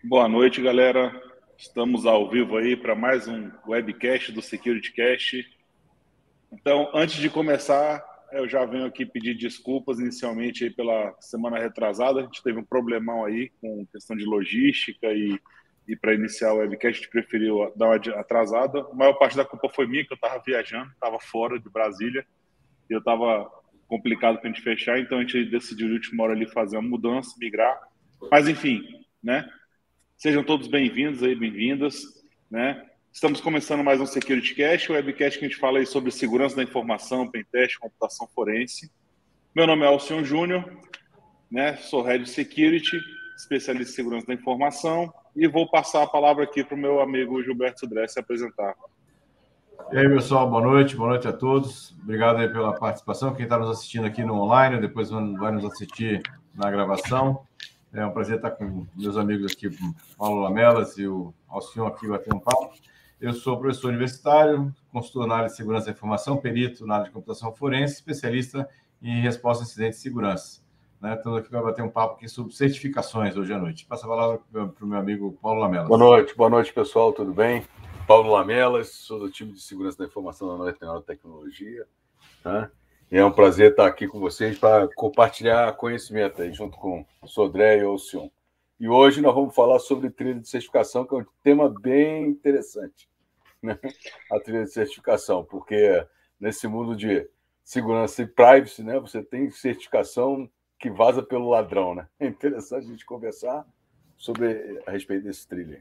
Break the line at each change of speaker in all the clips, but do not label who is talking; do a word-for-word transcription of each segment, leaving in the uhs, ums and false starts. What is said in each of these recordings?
Boa noite, galera. Estamos ao vivo aí para mais um webcast do SecurityCast. Então, antes de começar, eu já venho aqui pedir desculpas inicialmente aí pela semana retrasada. A gente teve um problemão aí com questão de logística e, e para iniciar o webcast a gente preferiu dar uma atrasada. A maior parte da culpa foi minha, que eu estava viajando, estava fora de Brasília e eu estava complicado para a gente fechar, então a gente decidiu de última hora ali fazer uma mudança, migrar. Mas enfim, né? Sejam todos bem-vindos aí, bem-vindas, né? Estamos começando mais um SecurityCast, o webcast que a gente fala aí sobre segurança da informação, pentest, computação forense. Meu nome é Alcion Júnior, né? Sou Head of Security, especialista em segurança da informação, e vou passar a palavra aqui para o meu amigo Gilberto Sudré se apresentar.
E aí, pessoal, boa noite, boa noite a todos. Obrigado aí pela participação. Quem está nos assistindo aqui no online, depois vai nos assistir na gravação. É um prazer estar com meus amigos aqui, o Paulo Lamelas e o Alcion aqui batendo um papo. Eu sou professor universitário, consultor na área de segurança da informação, perito na área de computação forense, especialista em resposta a incidentes de segurança. Né? Estamos aqui para bater um papo aqui sobre certificações hoje à noite. Passa a palavra para o meu amigo Paulo Lamelas.
Boa noite, boa noite, pessoal, tudo bem? Paulo Lamelas, sou do time de segurança da informação da Nova Tecnologia. Tá? E é um prazer estar aqui com vocês para compartilhar conhecimento aí, junto com o Sodré e o Alcion. E hoje nós vamos falar sobre trilha de certificação, que é um tema bem interessante, né? A trilha de certificação, porque nesse mundo de segurança e privacy, né, você tem certificação que vaza pelo ladrão, né? É interessante a gente conversar sobre a respeito desse trilha.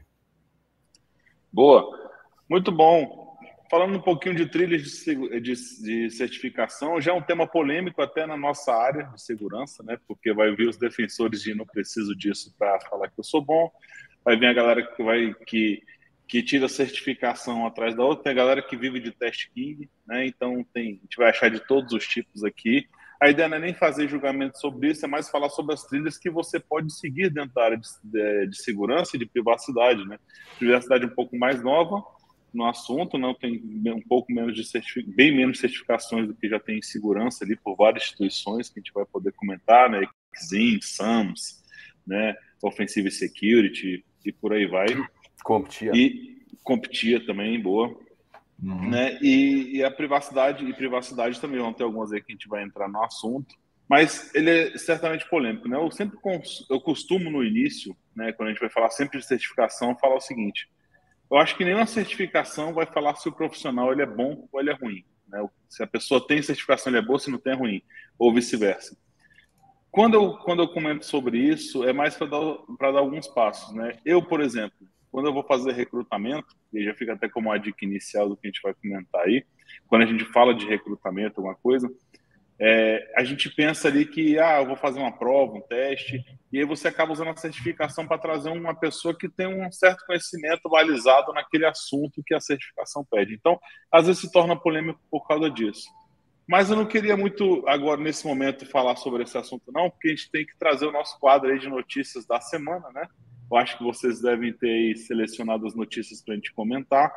Boa, muito bom. Falando um pouquinho de trilhas de, de, de certificação, já é um tema polêmico até na nossa área de segurança, né? Porque vai vir os defensores de não preciso disso para falar que eu sou bom, vai vir a galera que vai que, que tira certificação atrás da outra, tem a galera que vive de test king, né? Então tem, a gente vai achar de todos os tipos aqui. A ideia não é nem fazer julgamento sobre isso, é mais falar sobre as trilhas que você pode seguir dentro da área de, de, de segurança e de privacidade, né? Privacidade um pouco mais nova no assunto, não tem um pouco menos de certific... bem menos certificações do que já tem em segurança ali por várias instituições que a gente vai poder comentar, né? X I M, SAMS, né? Offensive Security e por aí vai.
CompTIA.
E CompTIA também, boa. Uhum. Né? E, e a privacidade e privacidade também vão ter algumas aí que a gente vai entrar no assunto, mas ele é certamente polêmico, né? Eu sempre cons... eu costumo no início, né? Quando a gente vai falar sempre de certificação, falar o seguinte: eu acho que nenhuma certificação vai falar se o profissional ele é bom ou ele é ruim, né? Se a pessoa tem certificação ele é boa, se não tem é ruim, ou vice-versa. Quando eu quando eu comento sobre isso é mais para dar para dar alguns passos, né? Eu, por exemplo, quando eu vou fazer recrutamento, e já fica até como a dica inicial do que a gente vai comentar aí, quando a gente fala de recrutamento, alguma coisa, é, a gente pensa ali que, ah, eu vou fazer uma prova, um teste, e aí você acaba usando a certificação para trazer uma pessoa que tem um certo conhecimento balizado naquele assunto que a certificação pede. Então, às vezes se torna polêmico por causa disso. Mas eu não queria muito, agora, nesse momento, falar sobre esse assunto, não, porque a gente tem que trazer o nosso quadro aí de notícias da semana, né? Eu acho que vocês devem ter aí selecionado as notícias para a gente comentar.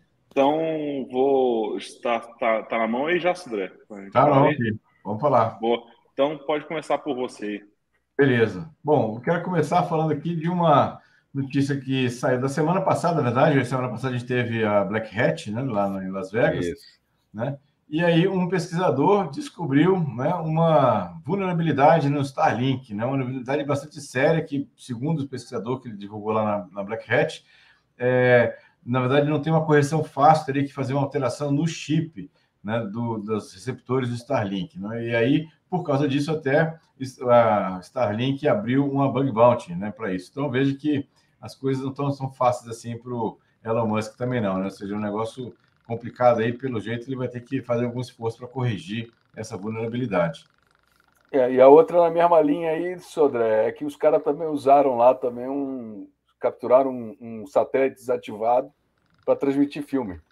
Então, vou... Está tá, tá na mão aí já, Sudré?
Tá não, aqui. Vamos falar.
Boa. Então, pode começar por você aí.
Beleza. Bom, eu quero começar falando aqui de uma notícia que saiu da semana passada, na verdade. A semana passada a gente teve a Black Hat, né, lá em Las Vegas.
Isso.
Né? E aí um pesquisador descobriu, né, uma vulnerabilidade no Starlink, né, uma vulnerabilidade bastante séria que, segundo o pesquisador que ele divulgou lá na, na Black Hat, é, na verdade não tem uma correção fácil, teria que fazer uma alteração no chip, né, do, dos receptores do Starlink. Né? E aí, por causa disso, até a Starlink abriu uma bug bounty, né, para isso. Então, veja que as coisas não tão, são fáceis assim para o Elon Musk também não, né? Ou seja, um negócio complicado aí, pelo jeito, ele vai ter que fazer algum esforço para corrigir essa vulnerabilidade.
É, e a outra na mesma linha aí, Sodré, é que os caras também usaram lá também um... capturaram um, um satélite desativado para transmitir filme.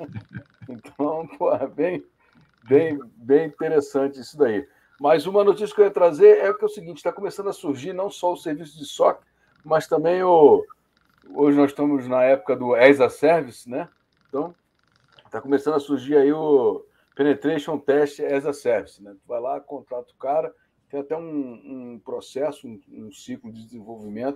Então, pô, é bem, bem, bem interessante isso daí. Mas uma notícia que eu ia trazer é que é o seguinte, está começando a surgir não só o serviço de S O C, mas também o... Hoje nós estamos na época do as a Service, né? Então, está começando a surgir aí o Penetration Test as a Service, né? Tu vai lá, contrata o cara, tem até um, um processo, um, um ciclo de desenvolvimento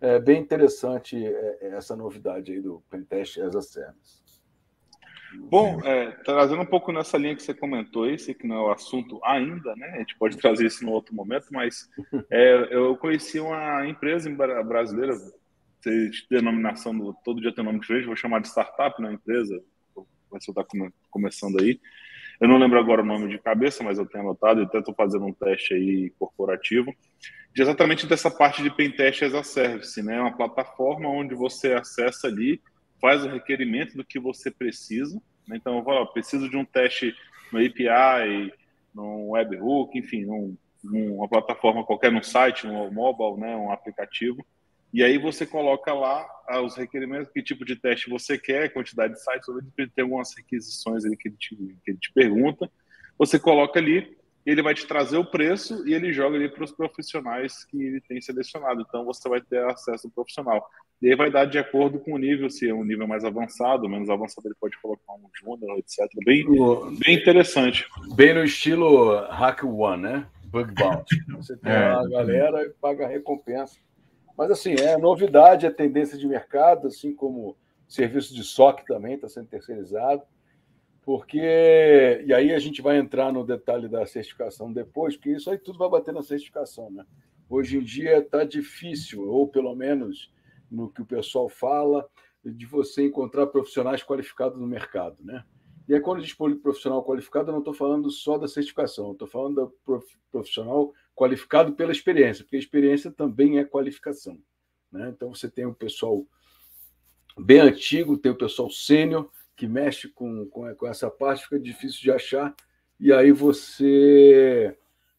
é bem interessante essa novidade aí do Pentest as a Service.
Bom, é, trazendo um pouco nessa linha que você comentou aí, sei que não é o assunto ainda, né? A gente pode trazer isso no outro momento, mas é, eu conheci uma empresa brasileira, denominação do, todo dia tem nome diferente, vou chamar de startup, né? Empresa, você está começando aí. Eu não lembro agora o nome de cabeça, mas eu tenho anotado, eu até estou fazendo um teste aí corporativo, de exatamente dessa parte de Pentest as a Service, né? Uma plataforma onde você acessa ali, faz o requerimento do que você precisa, né? Então, eu falo, preciso de um teste no A P I, no webhook, enfim, num, numa plataforma qualquer, num site, no mobile, né? Um aplicativo. E aí você coloca lá os requerimentos, que tipo de teste você quer, quantidade de sites, ou tem algumas requisições ali que ele te, que ele te pergunta. Você coloca ali, ele vai te trazer o preço e ele joga ali para os profissionais que ele tem selecionado. Então, você vai ter acesso ao profissional. E aí vai dar de acordo com o nível, se é um nível mais avançado, menos avançado, ele pode colocar um júnior, etcétera. Bem, bem interessante.
Bem no estilo HackerOne, né? Bug Bounty. Você tem é, lá a galera e paga a recompensa. Mas, assim, é novidade, é tendência de mercado, assim como o serviço de S O C também está sendo terceirizado. Porque, e aí a gente vai entrar no detalhe da certificação depois, porque isso aí tudo vai bater na certificação, né? Hoje em dia está difícil, ou pelo menos no que o pessoal fala, de você encontrar profissionais qualificados no mercado, né? E aí, quando eu dispor profissional qualificado, eu não estou falando só da certificação, eu estou falando do profissional qualificado pela experiência, porque a experiência também é qualificação, né? Então, você tem um pessoal bem antigo, tem o pessoal sênior, que mexe com, com, com essa parte, fica difícil de achar, e aí você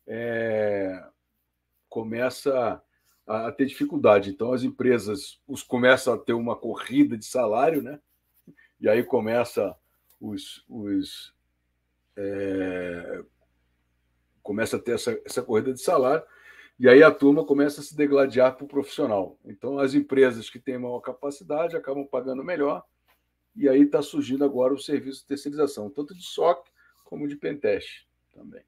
é, começa a, a ter dificuldade. Então, as empresas os começam a ter uma corrida de salário, né? E aí começa os... os é, começa a ter essa, essa corrida de salário, e aí a turma começa a se degladiar para o profissional. Então, as empresas que têm maior capacidade acabam pagando melhor, e aí está surgindo agora o serviço de terceirização, tanto de S O C como de Pentest também.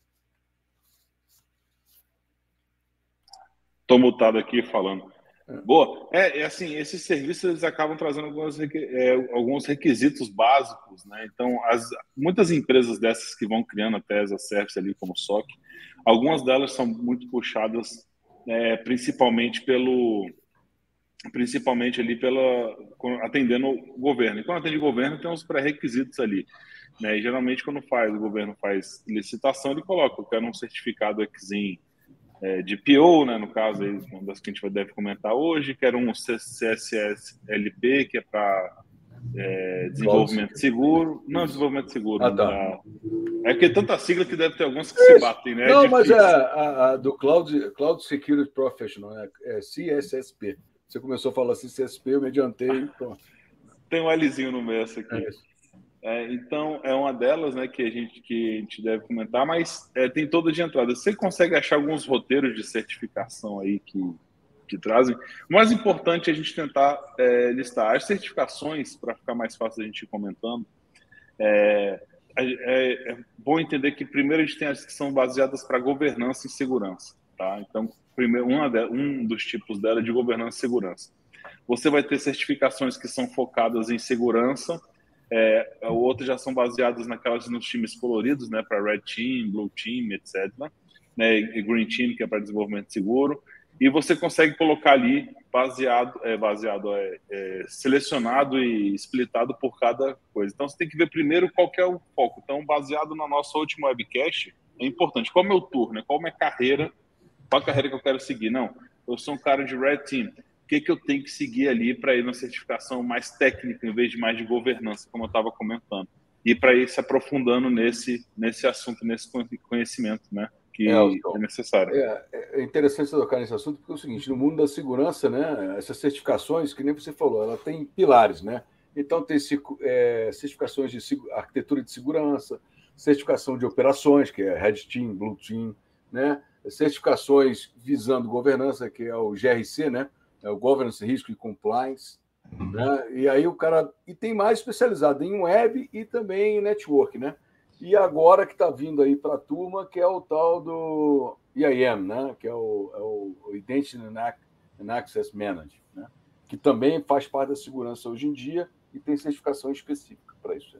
Estou mutado aqui falando. É. Boa. É, é assim, esses serviços eles acabam trazendo alguns, é, alguns requisitos básicos, né? Então, as, muitas empresas dessas que vão criando até as services ali como S O C, algumas delas são muito puxadas é, principalmente pelo principalmente ali pela atendendo o governo. E quando atende o governo, tem uns pré-requisitos ali, né? E geralmente quando faz o governo faz licitação, ele coloca, eu quero um certificado Exim é, de P O, né? No caso aí, uma das que a gente deve comentar hoje, quero um C S S L P, que é para é, desenvolvimento seguro, não desenvolvimento seguro, ah, tá. da... é porque é tanta sigla que deve ter alguns que é se batem, né?
Não,
é
mas é a, a do Cloud, Cloud Security Professional, é, é C S S P. Você começou a falar assim, C S S P, eu me adiantei e pronto.
Tem um Lzinho no meio essa aqui. É É, então, é uma delas, né, que a gente, que a gente deve comentar, mas é, tem toda de entrada. Você consegue achar alguns roteiros de certificação aí que, que trazem? O mais importante é a gente tentar é, listar as certificações, para ficar mais fácil a gente ir comentando. É, é, é bom entender que, primeiro, a gente tem as que são baseadas para governança e segurança. Tá? Então, primeiro, uma de, um dos tipos dela é de governança e segurança. Você vai ter certificações que são focadas em segurança, é, outras já são baseadas naquelas nos times coloridos, né, para Red Team, Blue Team, etcétera, né, e Green Team, que é para desenvolvimento seguro, e você consegue colocar ali baseado, é, baseado é, é, selecionado e splitado por cada coisa. Então você tem que ver primeiro qual que é o foco. Então, baseado na nossa última webcast, é importante qual é o meu tour, né, qual é a minha carreira, qual a carreira que eu quero seguir. Não, eu sou um cara de Red Team. O que, que eu tenho que seguir ali para ir na certificação mais técnica, em vez de mais de governança, como eu estava comentando. E para ir se aprofundando nesse, nesse assunto, nesse conhecimento, né, que é, é necessário.
É, é interessante você tocar nesse assunto, porque é o seguinte, no mundo da segurança, né, essas certificações, que nem você falou, ela tem pilares, né? Então, tem é, certificações de arquitetura de segurança, certificação de operações, que é Red Team, Blue Team, né? Certificações visando governança, que é o G R C, né? É o Governance, Risco e Compliance, uhum. Né? E aí o cara... E tem mais especializado em web e também em network, né? E agora que está vindo aí para a turma, que é o tal do I A M, né? Que é o, é o Identity and Access Management, né? Que também faz parte da segurança hoje em dia e tem certificação específica para isso.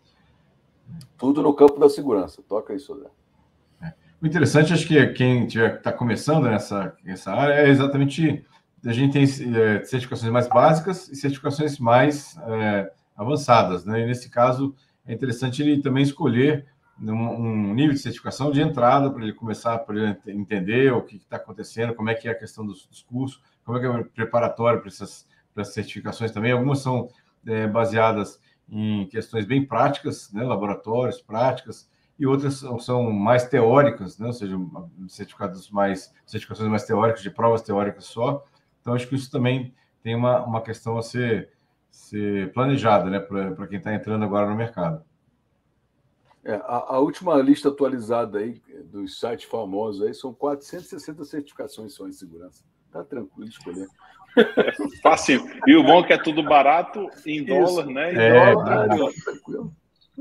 Tudo no campo da segurança. Toca isso, André.
O interessante, acho que quem está começando nessa, nessa área é exatamente... A gente tem é, certificações mais básicas e certificações mais é, avançadas, né? E nesse caso, é interessante ele também escolher um, um nível de certificação de entrada para ele começar, para ele entender o que está acontecendo, como é que é a questão dos, dos cursos, como é que é o preparatório para essas, para essas certificações também. Algumas são é, baseadas em questões bem práticas, né? Laboratórios, práticas, e outras são, são mais teóricas, né? Ou seja, certificados mais, certificações mais teóricas, de provas teóricas só. Então, acho que isso também tem uma, uma questão a ser, ser planejada, né, para quem está entrando agora no mercado.
É, a, a última lista atualizada aí dos sites famosos aí são quatrocentas e sessenta certificações só em segurança. Tá tranquilo de escolher.
É fácil. E o bom é que é tudo barato em dólar, isso, né? Em
é,
dólar, tranquilo. tranquilo.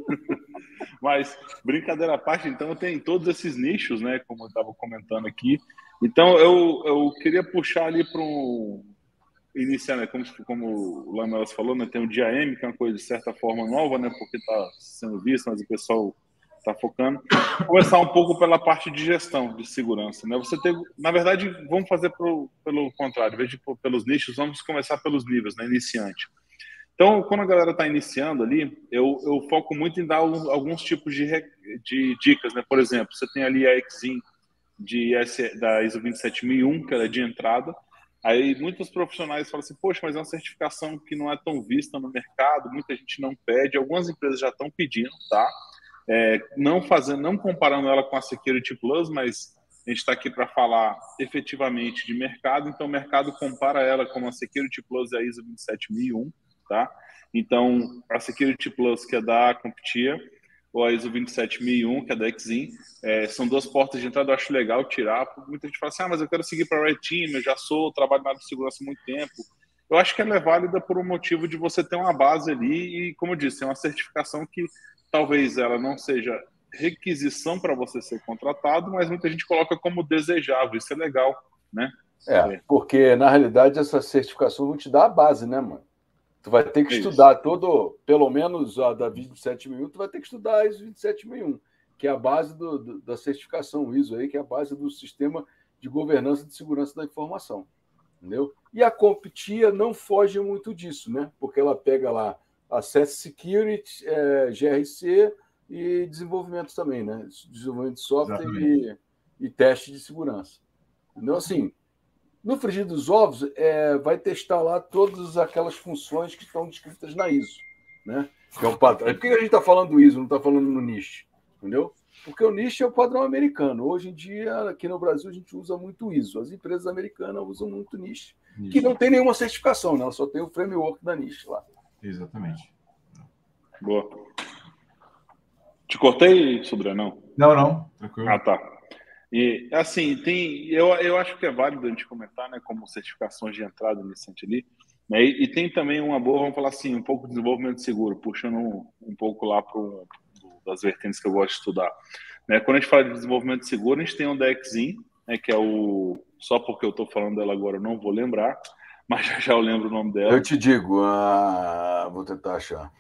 Mas, brincadeira à parte, então, tem todos esses nichos, né? Como eu estava comentando aqui. Então, eu, eu queria puxar ali para um... Iniciar, né? Como, como o Lamelas falou, né? Tem o D A M, que é uma coisa de certa forma nova, né? Porque está sendo visto, mas o pessoal está focando. Começar um pouco pela parte de gestão de segurança, né? Você tem, na verdade, vamos fazer pro, pelo contrário, em vez de pelos nichos, vamos começar pelos níveis, né? Iniciante. Então, quando a galera está iniciando ali, eu, eu foco muito em dar alguns, alguns tipos de, de dicas, né? Por exemplo, você tem ali a Exim de da ISO vinte e sete mil e um, que ela é de entrada. Aí muitos profissionais falam assim, poxa, mas é uma certificação que não é tão vista no mercado, muita gente não pede, algumas empresas já estão pedindo, tá? É, não fazendo, não comparando ela com a Security Plus, mas a gente está aqui para falar efetivamente de mercado, então o mercado compara ela com a Security Plus e a ISO vinte e sete mil e um, tá? Então, a Security Plus, que é da CompTIA, ou a ISO vinte e sete mil e um, que é da Exim, é, são duas portas de entrada, eu acho legal tirar. Muita gente fala assim, ah, mas eu quero seguir para a Red Team, eu já sou, trabalho na área de segurança há muito tempo. Eu acho que ela é válida por um motivo de você ter uma base ali e, como eu disse, é uma certificação que talvez ela não seja requisição para você ser contratado, mas muita gente coloca como desejável, isso é legal, né?
É, porque, na realidade, essa certificação não te dá a base, né, mano? Tu vai ter que Isso. estudar todo, pelo menos a da vinte e sete mil e um, tu vai ter que estudar a ISO vinte e sete mil e um, que é a base do, do, da certificação ISO aí, que é a base do sistema de governança de segurança da informação, entendeu? E a CompTIA não foge muito disso, né? Porque ela pega lá Access Security, é, G R C e desenvolvimento também, né? Desenvolvimento de software e, e teste de segurança. Então, assim, no frigir dos ovos, é, vai testar lá todas aquelas funções que estão descritas na ISO, né? Que é um padrão. Por que a gente está falando do ISO, não está falando no NIST? Entendeu? Porque o NIST é o padrão americano. Hoje em dia, aqui no Brasil, a gente usa muito ISO. As empresas americanas usam muito NIST, NIST. Que não tem nenhuma certificação, né? Só tem o framework da NIST lá.
Exatamente.
Boa. Te cortei, Sobra, não?
Não, não. Tranquilo.
Ah, tá. E, assim, tem, eu, eu acho que é válido a gente comentar, né, como certificações de entrada iniciante ali, né, e, e tem também uma boa, vamos falar assim, um pouco de desenvolvimento seguro, puxando um, um pouco lá para das vertentes que eu gosto de estudar. Né, quando a gente fala de desenvolvimento seguro, a gente tem um da Exim, né, que é o, só porque eu estou falando dela agora eu não vou lembrar, mas já já eu lembro o nome dela.
Eu te digo, ah, vou tentar achar.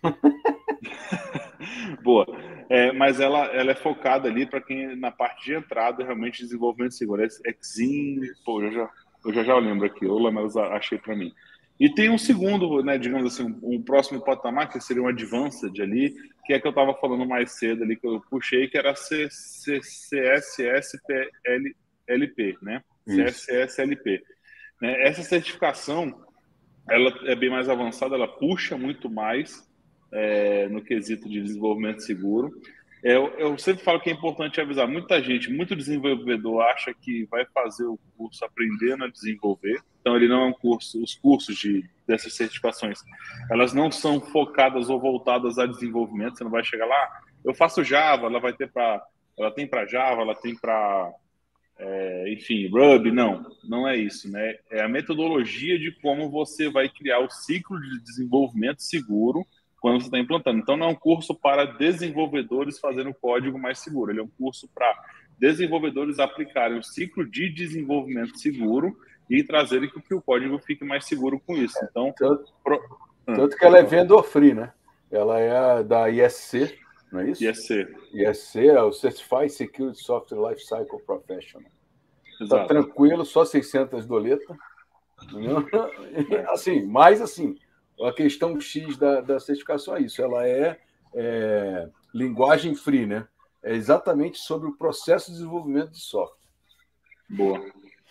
Boa. É, mas ela, ela é focada ali para quem na parte de entrada realmente desenvolvimento seguro. Exim, pô, eu já, eu já já lembro aqui, eu Lamelas achei para mim. E tem um segundo, né, digamos assim, um, um próximo patamar, que seria um Advanced ali, que é que eu estava falando mais cedo ali, que eu puxei, que era C S S L P, né? C S S L P. Né? Essa certificação, ela é bem mais avançada, ela puxa muito mais É, no quesito de desenvolvimento seguro. Eu, eu sempre falo que é importante avisar. Muita gente, muito desenvolvedor acha que vai fazer o curso aprendendo a desenvolver. Então, ele não é um curso... Os cursos de, dessas certificações, elas não são focadas ou voltadas a desenvolvimento. Você não vai chegar lá, eu faço Java, ela vai ter para... Ela tem para Java, ela tem para... É, enfim, Ruby. Não, não é isso, né? É a metodologia de como você vai criar o ciclo de desenvolvimento seguro quando você está implantando. Então, não é um curso para desenvolvedores fazendo código mais seguro. Ele é um curso para desenvolvedores aplicarem o ciclo de desenvolvimento seguro e trazer que, que o código fique mais seguro com isso. Então,
tanto,
pro...
tanto que ela é vendor free, né? Ela é da I S C, não é isso?
I S C.
I S C é o Certified Security Software Lifecycle Professional. Está tranquilo, só seiscentas doletas. É. Assim, mas assim, a questão X da, da certificação é isso. Ela é, é linguagem free, né? É exatamente sobre o processo de desenvolvimento de software.
Boa.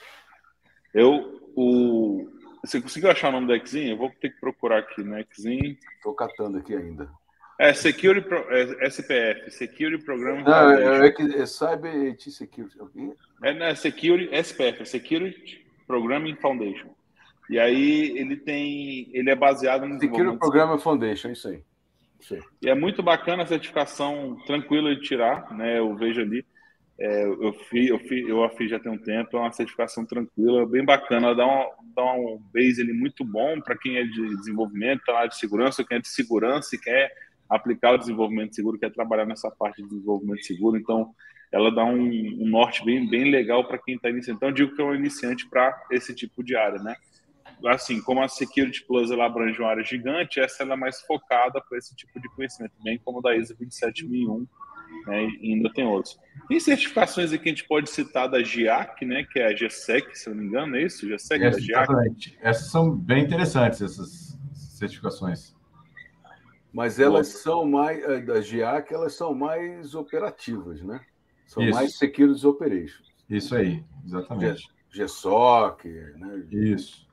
Eu, o... Você conseguiu achar o nome da Xim? Eu vou ter que procurar aqui, né? Xim.
Estou catando aqui ainda.
É Security Pro... é S P F, Security Program
Não, é, é, é Cyber I T Security.
É, né, Security S P F, Security Programming Foundation. E aí ele tem, ele é baseado no
Security Programming Foundation, isso aí. isso aí.
E é muito bacana a certificação, tranquila de tirar, né? Eu vejo ali, é, eu fiz, eu fiz, eu a fiz já tem um tempo, é uma certificação tranquila, bem bacana, dá um, dá um base ali muito bom para quem é de desenvolvimento, tá lá de segurança, quem é de segurança e quer aplicar o desenvolvimento seguro, quer trabalhar nessa parte de desenvolvimento seguro, então ela dá um, um norte bem, bem legal para quem está iniciando. Então, eu digo que é um iniciante para esse tipo de área, né? Assim, como a Security Plus ela abrange uma área gigante, essa ela é mais focada para esse tipo de conhecimento, bem como da I S O vinte e sete mil e um, né? E ainda tem outros. Tem certificações aqui que a gente pode citar da G I A C, né? Que é a G S E C, se eu não me engano, é isso? G S E C,
é,
da G I A C.
Exatamente. Essas são bem interessantes, essas certificações.
Mas elas Boa. são mais, da G I A C, elas são mais operativas, né? São Isso. mais Security Operations.
Isso aí, exatamente.
G S O C, né?
Isso.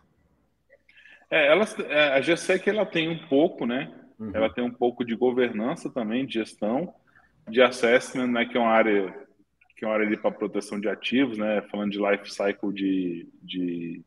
É, ela, a G S E C ela tem um pouco, né? Uhum. Ela tem um pouco de governança também, de gestão, de assessment, né? Que é uma área que é uma área ali para proteção de ativos, né? Falando de life cycle de, de,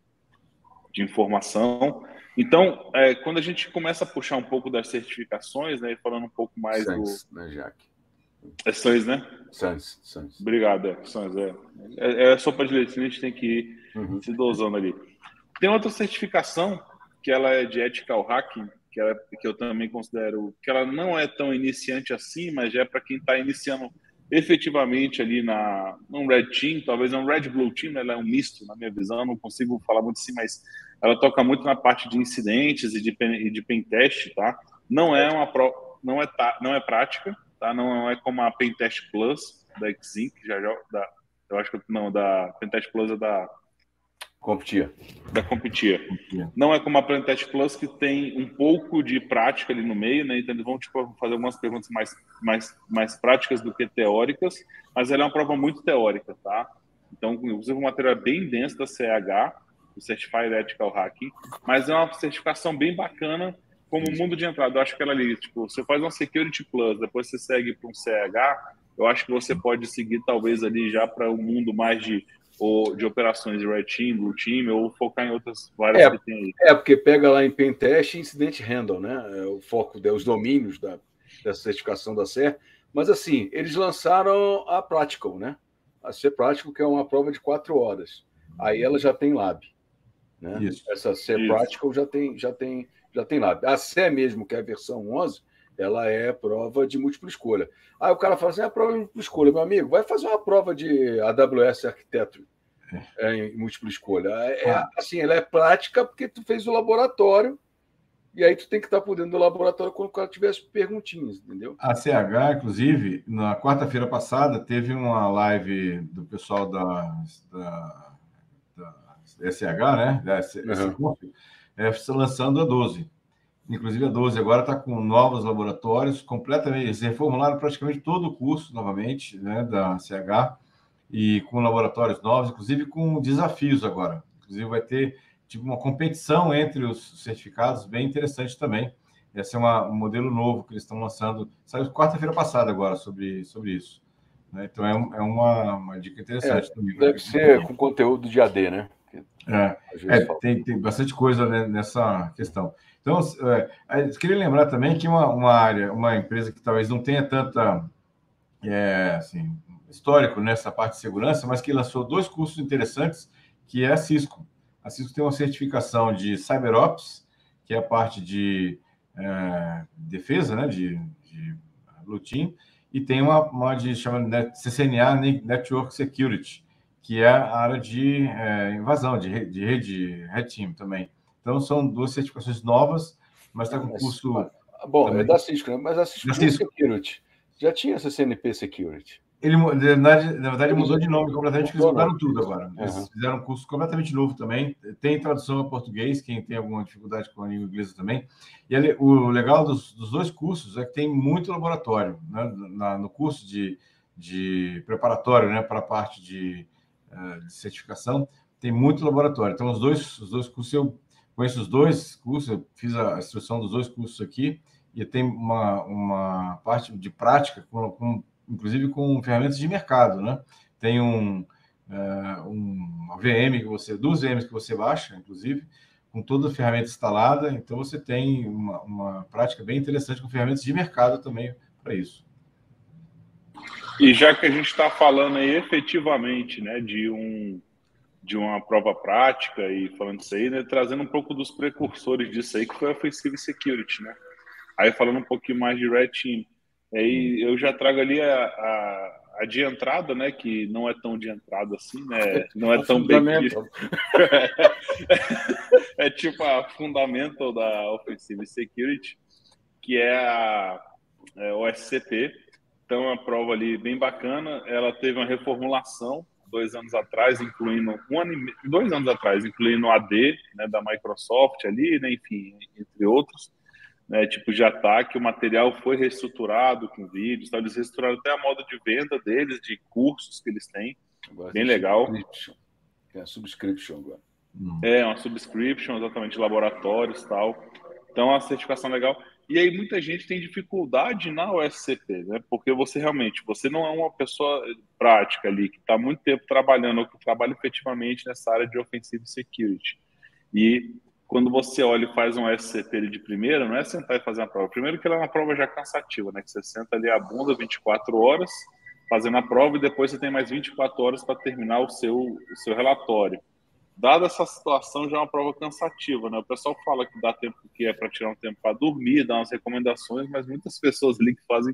de informação. Então, é, quando a gente começa a puxar um pouco das certificações, né? Falando um pouco mais
Sans,
do...
né, Jaque?
É Sans, né?
Sans, Sans.
Obrigado, é, Sans, é. É, é sopa de leite, a gente tem que ir uhum. se dosando ali. Tem outra certificação, que ela é de Ethical Hacking, que, ela, que eu também considero que ela não é tão iniciante assim, mas já é para quem está iniciando efetivamente ali na num Red Team, talvez um Red Blue Team, ela é um misto, na minha visão, não consigo falar muito assim, mas ela toca muito na parte de incidentes e de, e de pentest, tá? Não é uma pro, não é não é prática, tá? Não é como a Pentest Plus da Xim, que já da, eu acho que não, da Pentest Plus é da
Competia.
Da Competia. Não é como a Pentest Plus, que tem um pouco de prática ali no meio, né? Então eles vão tipo, fazer algumas perguntas mais, mais, mais práticas do que teóricas, mas ela é uma prova muito teórica, tá? Então, inclusive, o material é bem denso da C E H, o Certified Ethical Hacking, mas é uma certificação bem bacana como mundo de entrada. Eu acho que ela ali, tipo, você faz uma Security Plus, depois você segue para um C E H, eu acho que você pode seguir, talvez, ali já para um mundo mais de ou de operações de Red Team, Blue Team, ou focar em outras várias
é,
que tem aí.
É, porque pega lá em Pentest e Incident Handle, né? É o foco dos domínios da, dessa certificação da C E R. Mas, assim, eles lançaram a Practical, né? A C Practical, que é uma prova de quatro horas. Aí ela já tem Lab. Né? Isso. Essa C Isso. Practical já tem, já, tem, já tem Lab. A C E mesmo, que é a versão onze, ela é prova de múltipla escolha. Aí o cara fala assim, é a prova de múltipla escolha, meu amigo, vai fazer uma prova de A W S Architecture é, em múltipla escolha. É, ah. assim, ela é prática porque tu fez o laboratório e aí tu tem que estar por dentro do laboratório quando o cara tiver as perguntinhas, entendeu?
A C H, inclusive, na quarta-feira passada, teve uma live do pessoal da, da, da S H, né? Da S H, uhum. é, lançando a doze. Inclusive, a doze agora está com novos laboratórios, completamente, eles reformularam praticamente todo o curso novamente, né, da C H, e com laboratórios novos, inclusive com desafios agora. Inclusive, vai ter tipo, uma competição entre os certificados, bem interessante também. Esse é uma, um modelo novo que eles estão lançando, saiu quarta-feira passada agora sobre, sobre isso. Né? Então, é, é uma, uma dica interessante
é,
também.
Deve ser com conteúdo de A D, né?
É, é tem, tem bastante coisa nessa questão. Então, é, eu queria lembrar também que uma, uma área, uma empresa que talvez não tenha tanta é, assim, histórico nessa parte de segurança, mas que lançou dois cursos interessantes, que é a Cisco. A Cisco tem uma certificação de CyberOps, que é a parte de é, defesa, né, de, de Blue Team, e tem uma, uma de chama C C N A, Network Security, que é a área de é, invasão, de, de rede, Red Team também. Então, são duas certificações novas, mas está com
mas,
curso...
Mas, bom, também. É da Cisco, né? Mas a Cisco tinha Security. Já tinha essa C N P Security.
Ele, na verdade, na verdade mudou de nome completamente, porque eles mudaram
nome.
tudo agora. Eles uhum. fizeram um curso completamente novo também. Tem tradução a português, quem tem alguma dificuldade com a língua inglesa também. E ele, o legal dos, dos dois cursos é que tem muito laboratório. Né? Na, no curso de, de preparatório, né, para a parte de, uh, de certificação, tem muito laboratório. Então, os dois, os dois cursos, eu conheço os dois cursos, eu fiz a instrução dos dois cursos aqui, e tem uma, uma parte de prática com, com inclusive com ferramentas de mercado, né? Tem um, uh, um uma V M que você, duas V Ms que você baixa, inclusive, com toda a ferramenta instalada. Então você tem uma, uma prática bem interessante com ferramentas de mercado também para isso.
E já que a gente está falando aí efetivamente, né, de um de uma prova prática e falando isso aí, né, trazendo um pouco dos precursores disso aí, que foi a Offensive Security, né? Aí falando um pouquinho mais de Red Team. Aí eu já trago ali a, a, a de entrada, né? Que não é tão de entrada assim, né? Não é tão bem. É tipo a fundamental da Offensive Security, que é a é, O S C P. Então, é uma prova ali bem bacana. Ela teve uma reformulação dois anos atrás, incluindo um ano e, dois anos atrás, incluindo o A D, né, da Microsoft ali, né, enfim, entre outros. Né, tipo de ataque, o material foi reestruturado com vídeos, tá? Eles reestruturaram até a moda de venda deles, de cursos que eles têm, agora bem legal.
Subscription. É a subscription agora.
É, uma subscription, exatamente, de laboratórios e tal. Então, a certificação legal. E aí, muita gente tem dificuldade na O S C P, né? Porque você realmente, você não é uma pessoa prática ali, que está muito tempo trabalhando, ou que trabalha efetivamente nessa área de Offensive Security. E quando você olha e faz um O S C P de primeira, não é sentar e fazer uma prova. Primeiro que ela é uma prova já cansativa, né? Que você senta ali a bunda vinte e quatro horas fazendo a prova e depois você tem mais vinte e quatro horas para terminar o seu, o seu relatório. Dada essa situação, já é uma prova cansativa, né? O pessoal fala que dá tempo que é para tirar um tempo para dormir, dar umas recomendações, mas muitas pessoas ali que fazem...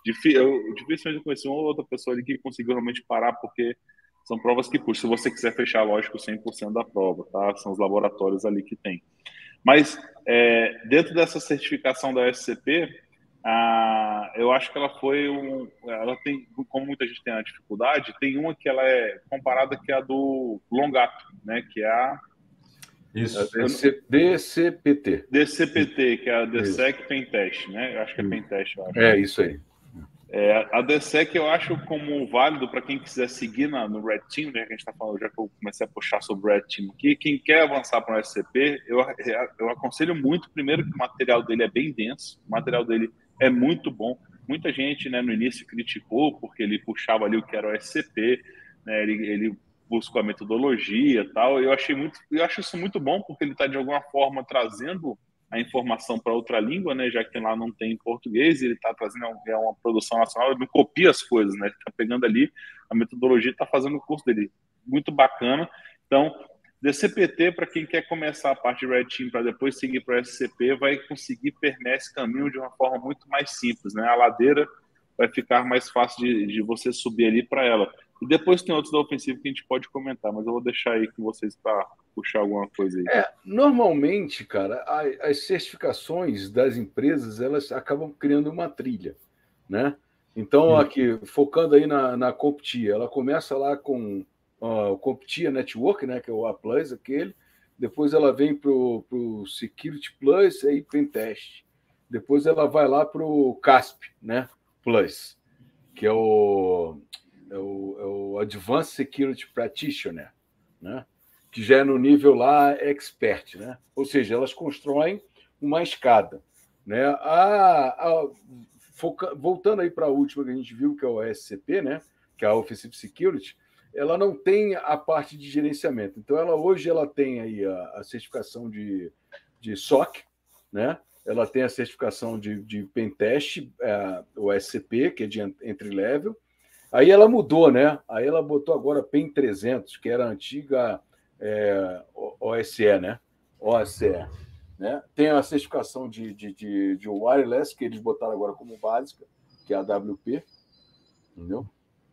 Eu dificilmente conheci uma ou outra pessoa ali que conseguiu realmente parar, porque são provas que puxam. Se você quiser fechar, lógico, cem por cento da prova, tá? São os laboratórios ali que tem. Mas, é, dentro dessa certificação da O S C P, ah, eu acho que ela foi um... Ela tem, como muita gente tem a dificuldade, tem uma que ela é comparada que é a do Longato, né? Que é a...
Isso. A D C P T.
D C P T, que é a DSEC Pentest, né? Eu acho que é Pentest, eu acho.
É, isso aí.
É, a DSEC eu acho como válido para quem quiser seguir na, no Red Team, né, que a gente está falando, já que eu comecei a puxar sobre o Red Team aqui, quem quer avançar para o S C P, eu, eu aconselho muito, primeiro que o material dele é bem denso, o material dele é muito bom, muita gente, né, no início criticou porque ele puxava ali o que era o S C P, né, ele, ele buscou a metodologia e tal, eu achei muito, eu acho isso muito bom porque ele está de alguma forma trazendo a informação para outra língua, né, já que lá não tem em português, ele está trazendo é uma produção nacional, ele não copia as coisas, né, ele está pegando ali a metodologia e está fazendo o curso dele, muito bacana. Então, D C P T, para quem quer começar a parte de Red Team para depois seguir para o S C P, vai conseguir permear esse caminho de uma forma muito mais simples, né, a ladeira vai ficar mais fácil de, de você subir ali para ela. E depois tem outros da ofensiva que a gente pode comentar, mas eu vou deixar aí com vocês para puxar alguma coisa aí.
É, normalmente, cara, as certificações das empresas, elas acabam criando uma trilha, né? Então, aqui, focando aí na, na CompTIA, ela começa lá com uh, o CompTIA Network, né, que é o A Plus, aquele, depois ela vem para o Security Plus, aí Pentest. Depois ela vai lá para o CASP, né, Plus, que é o, é o, é o Advanced Security Practitioner, né? Que já é no nível lá expert, né? Ou seja, elas constroem uma escada, né? A, a, foca, voltando aí para a última que a gente viu, que é o O S C P, né? Que é a Offensive Security, ela não tem a parte de gerenciamento. Então, ela hoje ela tem aí a, a certificação de, de S O C, né? Ela tem a certificação de, de Pentest, é, o S C P, que é de entry level. Aí ela mudou, né? Aí ela botou agora Pen trezentos, que era a antiga É, O S E, né? O S E, né? Tem a certificação de, de, de, de wireless, que eles botaram agora como básica, que é a A W P, entendeu?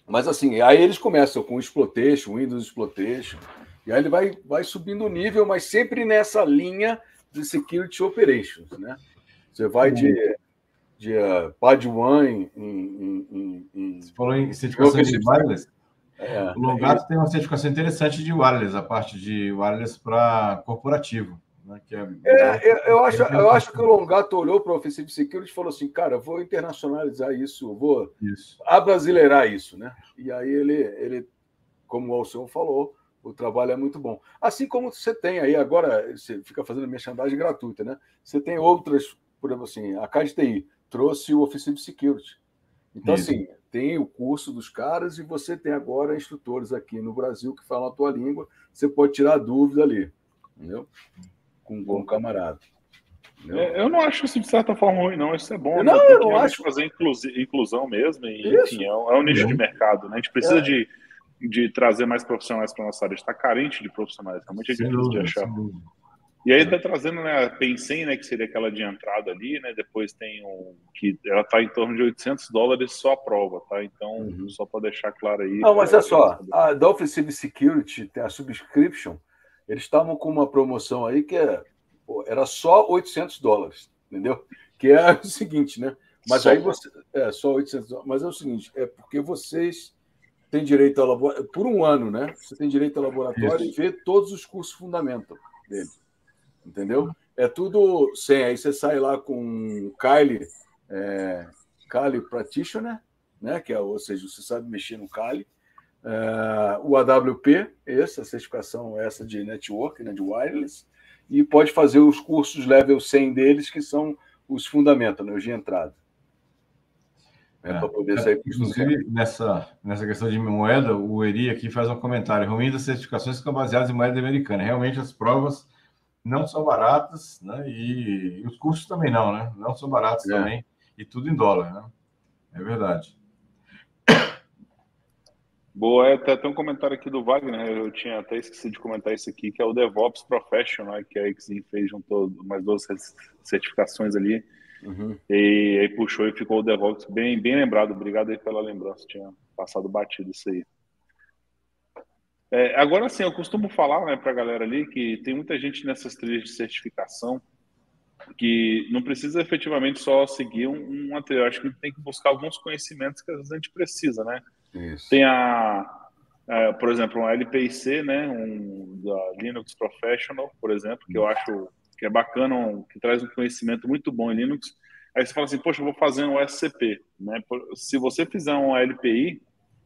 Mas assim, aí eles começam com Exploitation, Windows Exploitation, e aí ele vai, vai subindo o nível, mas sempre nessa linha de Security Operations, né? Você vai de, de uh, P A D um em, em, em, em...
Você falou em certificação de wireless. É, o Longato tem uma certificação interessante de wireless, a parte de wireless para corporativo. Né, que é,
é, eu, eu, acho, eu acho que o Longato olhou para o Offensive Security e falou assim, cara, vou internacionalizar isso, vou isso. abrasileirar isso, né? E aí ele, ele, como o Alceu falou, o trabalho é muito bom. Assim como você tem aí, agora, você fica fazendo merchandising gratuita, né? Você tem outras, por exemplo assim, a C A D T I trouxe o Offensive Security. Então, isso. assim, tem o curso dos caras e você tem agora instrutores aqui no Brasil que falam a tua língua, você pode tirar dúvida ali, entendeu? Com, com o camarada.
É, eu não acho isso de certa forma ruim, não. Isso é bom.
Não,
né?
eu não acho.
Fazer inclusão mesmo. E, enfim, é um, é um nicho é. de mercado. Né? A gente precisa é. de, de trazer mais profissionais para a nossa área. A gente está carente de profissionais. Realmente é difícil dúvida, de achar. E aí está trazendo, né, a Pensem, né, que seria aquela de entrada ali, né? Depois tem um que ela está em torno de oitocentos dólares só a prova, tá? Então, uhum. só para deixar claro aí.
Não, mas é só, a da Offensive Security, tem a subscription, eles estavam com uma promoção aí que é, pô, era só oitocentos dólares, entendeu? Que é o seguinte, né? Mas só aí você. É, só oitocentos dólares. Mas é o seguinte, é porque vocês têm direito ao laboratório. Por um ano, né? Você tem direito ao laboratório Isso. e ver todos os cursos fundamental dele. Entendeu? É tudo sem. Aí você sai lá com Kali, é, Kali Practitioner, né? Que é, ou seja, você sabe mexer no Kali. É, o A W P, essa a certificação essa de network, né, de wireless, e pode fazer os cursos level cem deles, que são os fundamentos, né, os de entrada.
É, é, para poder sair é, inclusive, nessa, nessa questão de moeda, o Eri aqui faz um comentário. Realmente, as certificações ficam baseadas em moeda americana. Realmente, as provas não são baratas, né? E, e os cursos também não, né? Não são baratos é. também, e tudo em dólar, né? É verdade.
Boa, é, tem um comentário aqui do Wagner, eu tinha até esquecido de comentar isso aqui, que é o DevOps Professional, que a Exim fez, juntou mais duas certificações ali, uhum. e aí puxou e ficou o DevOps bem, bem lembrado. Obrigado aí pela lembrança, tinha passado batido isso aí. É, agora sim, eu costumo falar, né, para a galera ali que tem muita gente nessas trilhas de certificação que não precisa efetivamente só seguir um, um material, acho que tem que buscar alguns conhecimentos que às vezes a gente precisa, né? Isso. Tem a, a, por exemplo, um L P I C, né, um da Linux Professional, por exemplo, que eu acho que é bacana, um, que traz um conhecimento muito bom em Linux. Aí você fala assim, poxa, eu vou fazer um S C P, né? Se você fizer um L P I,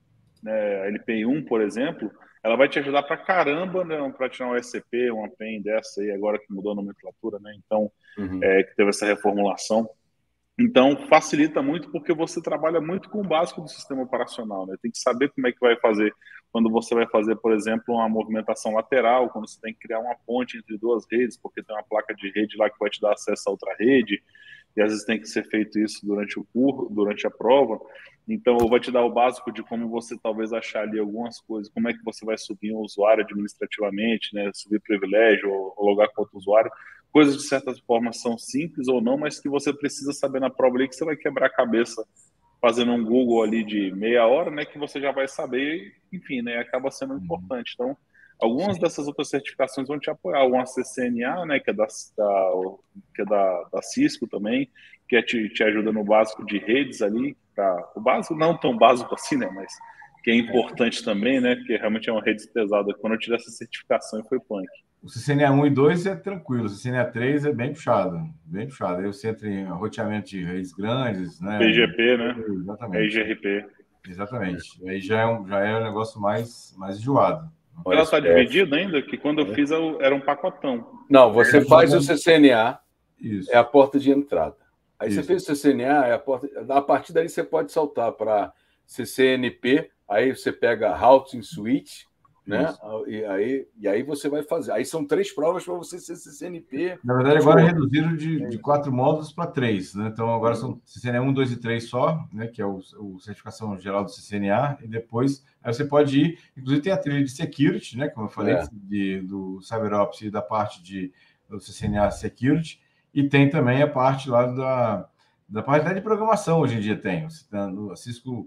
né, L P I um, por exemplo, ela vai te ajudar pra caramba, né, para tirar um S C P, uma P E N dessa aí, agora que mudou a nomenclatura, né? Então, uhum. é, que teve essa reformulação. Então, facilita muito porque você trabalha muito com o básico do sistema operacional, né? Tem que saber como é que vai fazer quando você vai fazer, por exemplo, uma movimentação lateral, quando você tem que criar uma ponte entre duas redes, porque tem uma placa de rede lá que vai te dar acesso a outra rede, e às vezes tem que ser feito isso durante o curso, durante a prova. Então, eu vou te dar o básico de como você talvez achar ali algumas coisas, como é que você vai subir um usuário administrativamente, né? Subir privilégio ou, ou logar com outro usuário. Coisas, de certa forma, são simples ou não, mas que você precisa saber na prova ali, que você vai quebrar a cabeça fazendo um Google ali de meia hora, né, que você já vai saber, enfim, né, acaba sendo importante. Então, algumas Sim. dessas outras certificações vão te apoiar. Uma C C N A, né, que é da, da, que é da, da Cisco também, que é te, te ajuda no básico de redes ali, pra, o básico não tão básico assim, né, mas que é importante também, né, porque realmente é uma rede pesada. Quando eu tirei essa certificação, foi punk.
O C C N A um e dois é tranquilo, o C C N A três é bem puxado, bem puxado. Aí você entra em roteamento de redes grandes, né?
P G P, né?
Exatamente.
I G R P.
Exatamente. Aí já é um, já é um negócio mais, mais enjoado.
Ela está dividida ainda? Que quando eu fiz era um pacotão.
Não, você faz o C C N A,
Isso.
é a porta de entrada. Aí
Isso.
você fez o C C N A, é a porta. A partir daí você pode saltar para C C N P, aí você pega Routing Switch. Né? E, aí, e aí você vai fazer. Aí são três provas para você ser C C N P.
Na verdade, agora reduziram de, de quatro módulos para três. Né? Então, agora uhum. são C C N A um, dois e três só, né? Que é o, o certificação geral do C C N A. E depois aí você pode ir. Inclusive, tem a trilha de Security, né? Como eu falei, é. de, do CyberOps e da parte de, do C C N A Security. E tem também a parte lá da, da parte de programação, hoje em dia tem. A Cisco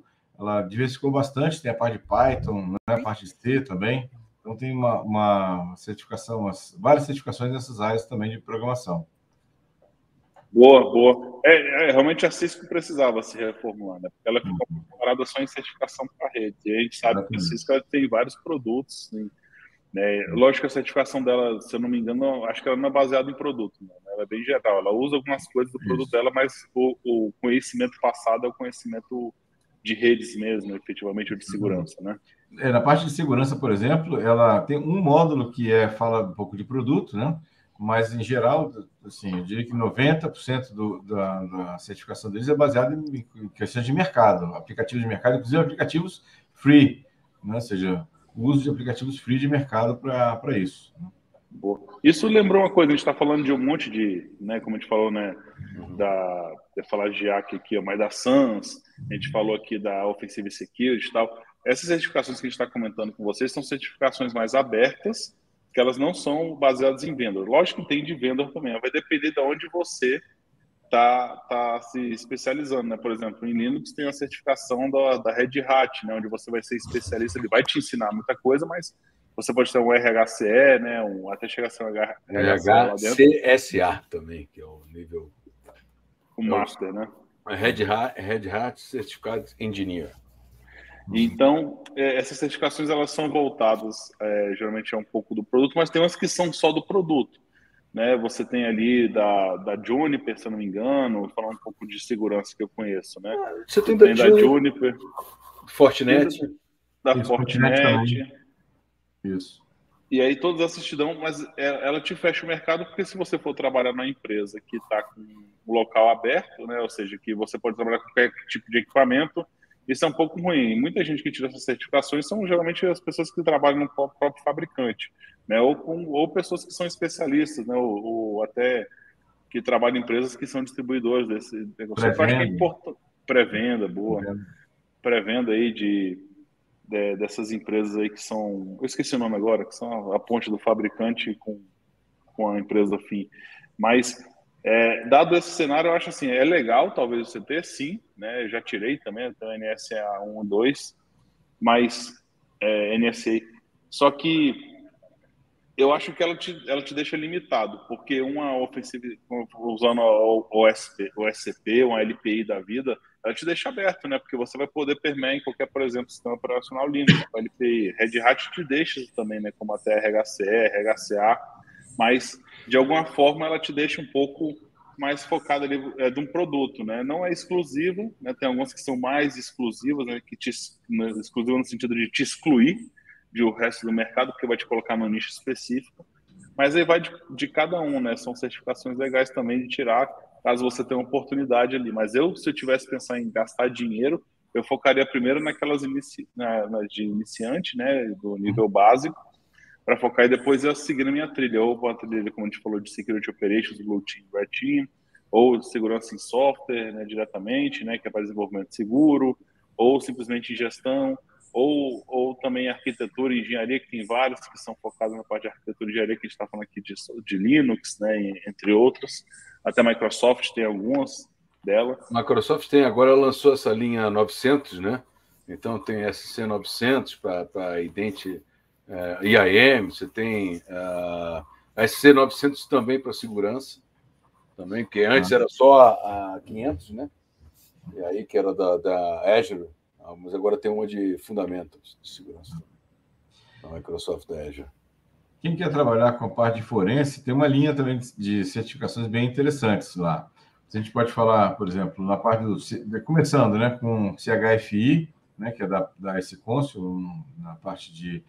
ela diversificou bastante, tem a parte de Python, né, a parte de C também. Então, tem uma, uma certificação, umas, várias certificações nessas áreas também de programação.
Boa, boa. É, é realmente a Cisco precisava se reformular, né? Porque ela ficou parada só em certificação para rede. E a gente sabe Exatamente. que a Cisco ela tem vários produtos, né? Lógico que a certificação dela, se eu não me engano, acho que ela não é baseada em produto, né? Ela é bem geral. Ela usa algumas coisas do produto Isso. dela, mas o, o conhecimento passado é o conhecimento de redes mesmo, efetivamente, ou de segurança, né?
É, na parte de segurança, por exemplo, ela tem um módulo que é, fala um pouco de produto, né? Mas, em geral, assim, eu diria que noventa por cento do, da, da certificação deles é baseada em, em questões de mercado, aplicativos de mercado, inclusive aplicativos free, né? Ou seja, o uso de aplicativos free de mercado para isso. Né?
Boa. Isso lembrou uma coisa, a gente está falando de um monte de, né, como a gente falou, né, da, de falar de I A C aqui, mas da SANS, a gente falou aqui da Offensive Security e tal. Essas certificações que a gente está comentando com vocês são certificações mais abertas, que elas não são baseadas em vendor. Lógico que tem de vendor também, vai depender de onde você está tá se especializando, né? Por exemplo, em Linux tem a certificação da, da Red Hat, né, onde você vai ser especialista, ele vai te ensinar muita coisa, mas você pode ter um R H C E, né, um, até chegar a ser um R H C E lá dentro.
C S A também, que é o nível...
O Master, é o, né?
Red Hat, Red Hat Certificado Engineer.
Então, é, essas certificações elas são voltadas, é, geralmente é um pouco do produto, mas tem umas que são só do produto. Né? Você tem ali da, da Juniper, se eu não me engano, falar um pouco de segurança que eu conheço. Né?
Você tem,
Você
tem
da, da Juniper,
Fortinet,
da
Isso,
Fortinet.
Fortinet Isso.
E aí todas essas te dão, mas ela te fecha o mercado, porque se você for trabalhar numa empresa que está com um local aberto, né? Ou seja, que você pode trabalhar com qualquer tipo de equipamento, isso é um pouco ruim. Muita gente que tira essas certificações são geralmente as pessoas que trabalham no próprio fabricante, né? Ou, com, ou pessoas que são especialistas, né? Ou, ou até que trabalham em empresas que são distribuidores desse negócio. Eu acho que é importante. Pré-venda, boa. Pré-venda aí de, de, dessas empresas aí que são... Eu esqueci o nome agora, que são a ponte do fabricante com, com a empresa fim. Mas... É, dado esse cenário, eu acho assim, é legal talvez você ter, sim, né? Eu já tirei também, eu tenho N S A um, dois, mas é, N S A. Só que eu acho que ela te, ela te deixa limitado, porque uma ofensiva, usando o O S P, o S C P, uma L P I da vida, ela te deixa aberto, né? Porque você vai poder permear em qualquer, por exemplo, sistema operacional Linux, L P I. Red Hat te deixa também, né? Como até R H C E, R H C A, mas de alguma forma ela te deixa um pouco mais focada ali é, de um produto, né? Não é exclusivo, né? Tem algumas que são mais exclusivas, né? Que te, né? Exclusivo no sentido de te excluir do resto do mercado, porque vai te colocar no nicho específico. Mas aí vai de, de cada um, né? São certificações legais também de tirar, caso você tenha uma oportunidade ali. Mas eu, se eu tivesse pensar em gastar dinheiro, eu focaria primeiro naquelas inici, na, na de iniciante, né? Do nível básico, para focar e depois eu seguir na minha trilha, ou a trilha, como a gente falou, de Security Operations, Blue Team, Red Team, ou segurança em software, né, diretamente, né, que é para desenvolvimento seguro, ou simplesmente em gestão, ou, ou também arquitetura e engenharia, que tem vários que são focados na parte de arquitetura e engenharia, que a gente está falando aqui de, de Linux, né, entre outros. Até a Microsoft tem algumas dela.
A Microsoft tem, agora lançou essa linha novecentos, né? Então tem S C novecentos para identi Uh, I A M, você tem uh, S C novecentos também para segurança, também, porque antes ah. era só a, a quinhentos, né? E aí que era da, da Azure, mas agora tem uma de Fundamentals de segurança da Microsoft da Azure.
Quem quer trabalhar com a parte de forense, tem uma linha também de certificações bem interessantes lá. A gente pode falar, por exemplo, na parte do... Começando, né, com C H F I, né, que é da, da S-Consul, na parte de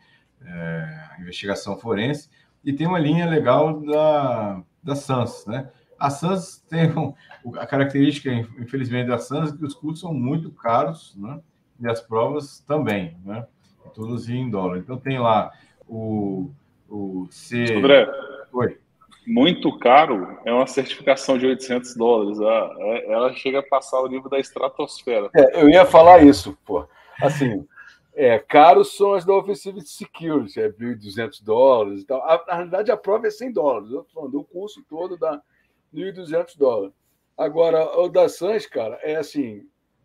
É, investigação forense, e tem uma linha legal da, da SANS, né? A SANS tem um, a característica, infelizmente, da SANS, que os custos são muito caros, né? E as provas também, né? Todos em dólar. Então tem lá o, o C...
André,
Oi.
Muito caro é uma certificação de oitocentos dólares. Ela chega a passar o nível da estratosfera.
É, eu ia falar isso, pô. Assim... É, caros são as da Offensive Security, é mil e duzentos dólares e tal. A, na realidade, a prova é cem dólares. Eu estou falando, o curso todo dá mil e duzentos dólares. Agora, o da SANS, cara, é assim,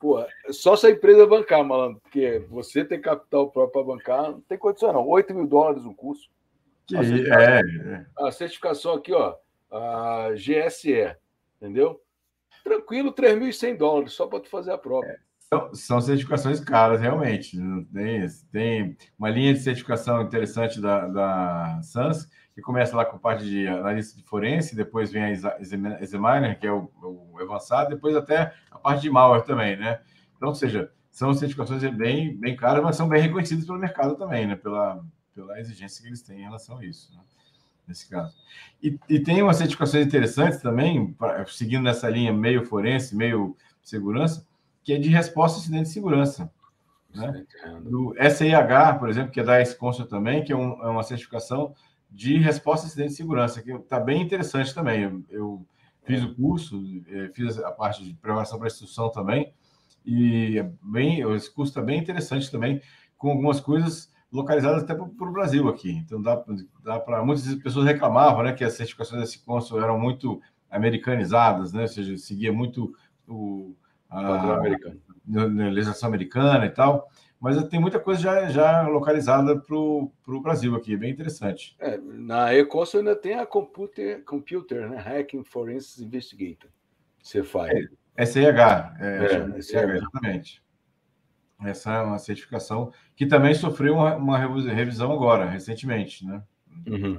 Pô, só se a empresa bancar, malandro, porque você tem capital próprio para bancar, não tem condição, não. oito mil dólares um curso.
Que a, certificação,
é. a certificação aqui, ó, a G S E, entendeu? Tranquilo, três mil e cem dólares, só para tu fazer a prova.
É. São, são certificações caras, realmente. Tem, tem uma linha de certificação interessante da, da SANS, que começa lá com parte de analista de forense, depois vem a Examiner, que é o, o avançado, depois até a parte de malware também, né? Então, ou seja, são certificações bem, bem caras, mas são bem reconhecidas pelo mercado também, né? Pela, pela exigência que eles têm em relação a isso, né? Nesse caso. E, e tem umas certificações interessantes também, pra, seguindo nessa linha meio forense, meio segurança, que é de resposta a incidente de segurança. Né? Do S I H, por exemplo, que é da S-Console também, que é, um, é uma certificação de resposta a incidente de segurança, que está bem interessante também. Eu, eu fiz o curso, fiz a parte de preparação para a instituição também, e é bem, esse curso está bem interessante também, com algumas coisas localizadas até para o Brasil aqui. Então, dá, dá para... Muitas pessoas reclamavam, né, que as certificações da S-Console eram muito americanizadas, né? Ou seja, seguia muito o... a legislação americana e tal, mas tem muita coisa já, já localizada para o Brasil aqui, é bem interessante.
É, na E-Console ainda tem a Computer, computer né? Hacking Forensics Investigator. Você faz.
É, S I H, é,
é,
S I H, exatamente. Essa é uma certificação que também sofreu uma, uma revisão agora, recentemente, né?
Uhum.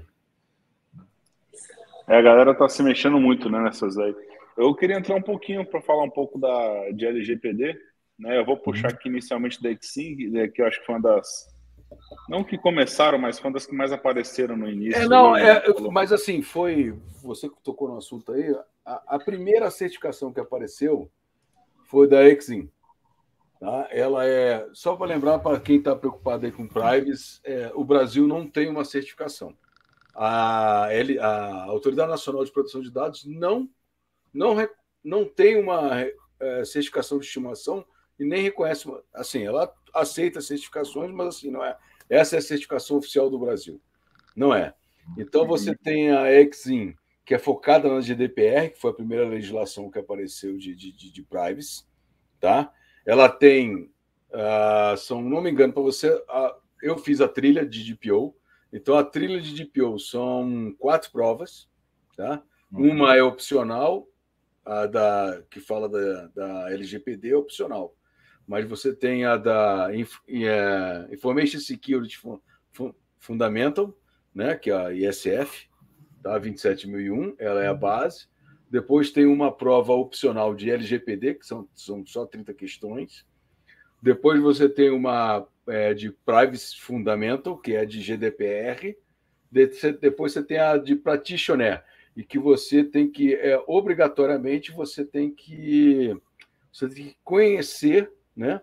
É, a galera está se mexendo muito, né, nessas aí. Eu queria entrar um pouquinho para falar um pouco da, de L G P D, né? Eu vou puxar aqui inicialmente da Exing, que eu acho que foi uma das... Não que começaram, mas foi uma das que mais apareceram no início.
É, não, é, mas assim, foi... Você que tocou no assunto aí, a, a primeira certificação que apareceu foi da Exing. Tá? Ela é... Só para lembrar, para quem está preocupado aí com privacy, é, o Brasil não tem uma certificação. A, L, a Autoridade Nacional de Proteção de Dados não, não, não tem uma é, certificação de estimação e nem reconhece, assim, ela aceita certificações, mas assim, não é. Essa é a certificação oficial do Brasil. Não é. Então, você tem a Exim, que é focada na G D P R, que foi a primeira legislação que apareceu de, de, de, de privacy, tá? Ela tem, uh, são, não me engano, para você, uh, eu fiz a trilha de D P O, então a trilha de D P O são quatro provas, tá? Uma é opcional, a da, que fala da, da L G P D é opcional, mas você tem a da Inf, é, Information Security Fundamental, né, que é a I S F, tá, vinte e sete mil e um, ela é a base. Depois tem uma prova opcional de L G P D, que são, são só trinta questões. Depois você tem uma é, de Privacy Fundamental, que é de G D P R. Depois você tem a de Practitioner, e que você tem que, é, obrigatoriamente, você tem que, você tem que conhecer, né?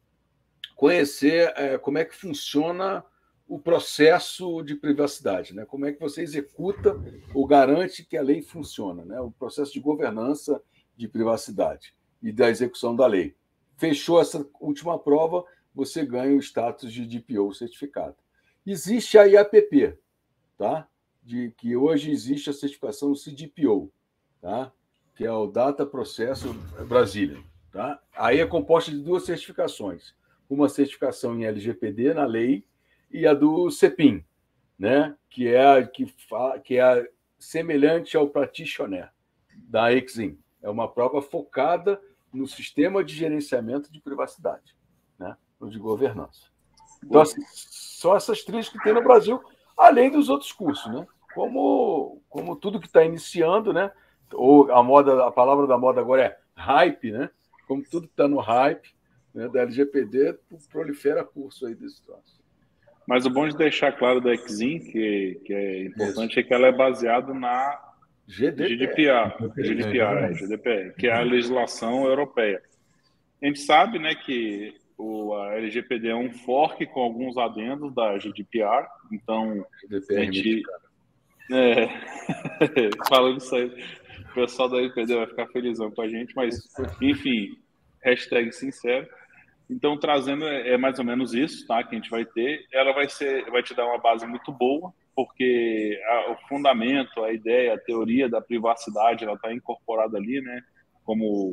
Conhecer é, como é que funciona o processo de privacidade, né? Como é que você executa ou garante que a lei funciona, né? O processo de governança de privacidade e da execução da lei. Fechou essa última prova, você ganha o status de D P O certificado. Existe a I A P P, tá? De que hoje existe a certificação C D P O, tá? Que é o Data Processor Brasília, tá? Aí é composta de duas certificações, uma certificação em L G P D na lei e a do CEPIM, né? Que é a que, fa... que é a semelhante ao Practitioner da Exim. É uma prova focada no sistema de gerenciamento de privacidade, né? Ou de governança. Então, assim, são essas três que tem no Brasil, além dos outros cursos, né? Como, como tudo que está iniciando, né? Ou a moda, a palavra da moda agora é hype, né? Como tudo que está no hype, né, da L G P D, prolifera curso aí desse troço.
Mas o bom de deixar claro da Exim, que, que é importante, Isso. é que ela é baseada na G D P R, G D P R, G D P R, que é a legislação europeia. A gente sabe, né, que o a L G P D é um fork com alguns adendos da G D P R, então
G D P R
a gente... É, falando isso aí, o pessoal da L G P D vai ficar felizão com a gente, mas, enfim, hashtag sincero. Então, trazendo é mais ou menos isso, tá? Que a gente vai ter. Ela vai ser, vai te dar uma base muito boa, porque a, o fundamento, a ideia, a teoria da privacidade, ela está incorporada ali, né? Como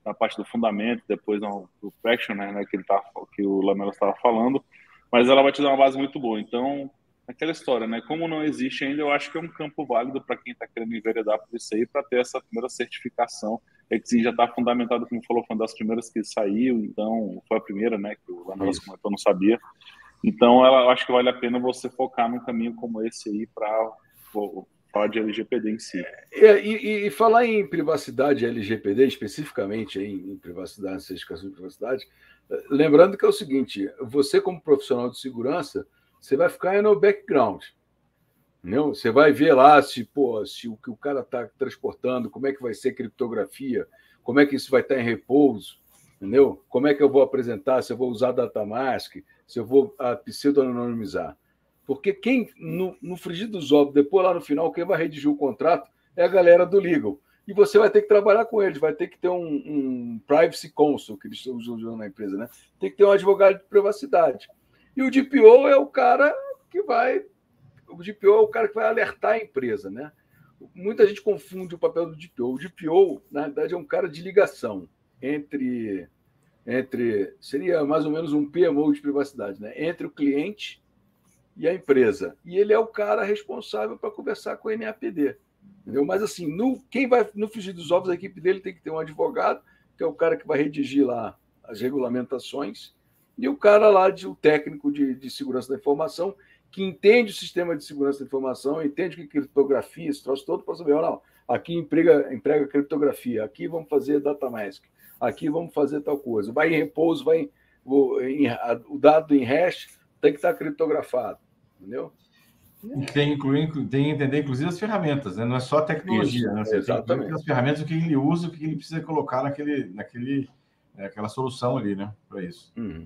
na parte do fundamento, depois no, no practitioner, né, que, ele tá, que o Lamela estava falando, mas ela vai te dar uma base muito boa. Então, aquela história, né? Como não existe ainda, eu acho que é um campo válido para quem está querendo enveredar por isso aí, para ter essa primeira certificação. É que sim, já está fundamentado, como falou, foi uma das primeiras que saiu, então foi a primeira, né? Que o Lamelas comentou, não sabia. Então, ela, eu acho que vale a pena você focar num caminho como esse aí para falar de L G P D em si.
É, e, e falar em privacidade L G P D, especificamente em, em privacidade, certificação de privacidade, lembrando que é o seguinte, você como profissional de segurança, você vai ficar no background. Não? Você vai ver lá se, pô, se o que o cara está transportando, como é que vai ser criptografia, como é que isso vai estar em repouso, entendeu? Como é que eu vou apresentar, se eu vou usar datamask, se eu vou a, pseudo-anonimizar. Porque quem, no, no frigir dos ovos, depois lá no final, quem vai redigir o contrato é a galera do legal. E você vai ter que trabalhar com eles, vai ter que ter um, um privacy counsel, que eles estão usando na empresa, né? Tem que ter um advogado de privacidade. E o D P O é o cara que vai... O D P O é o cara que vai alertar a empresa, né? Muita gente confunde o papel do D P O. O D P O, na verdade, é um cara de ligação entre... entre seria mais ou menos um P M O de privacidade, né? Entre o cliente e a empresa. E ele é o cara responsável para conversar com o N A P D. Entendeu? Mas, assim, no, quem vai no frigir dos ovos, a equipe dele tem que ter um advogado, que é o cara que vai redigir lá as regulamentações, e o cara lá, de, o técnico de, de segurança da informação, que entende o sistema de segurança da informação, entende que criptografia, esse troço todo, para saber, olha, não, aqui emprega, emprega criptografia, aqui vamos fazer datamask, aqui vamos fazer tal coisa. Vai em repouso, vai em, o, em, o dado em hash tem que estar criptografado, entendeu?
Tem, incluir, tem que entender, inclusive, as ferramentas, né? Não é só a tecnologia,
Isso,
né? Você
exatamente.
tem que as ferramentas, o que ele usa, o que ele precisa colocar naquele, naquele, naquela solução ali, né? Para isso.
Uhum.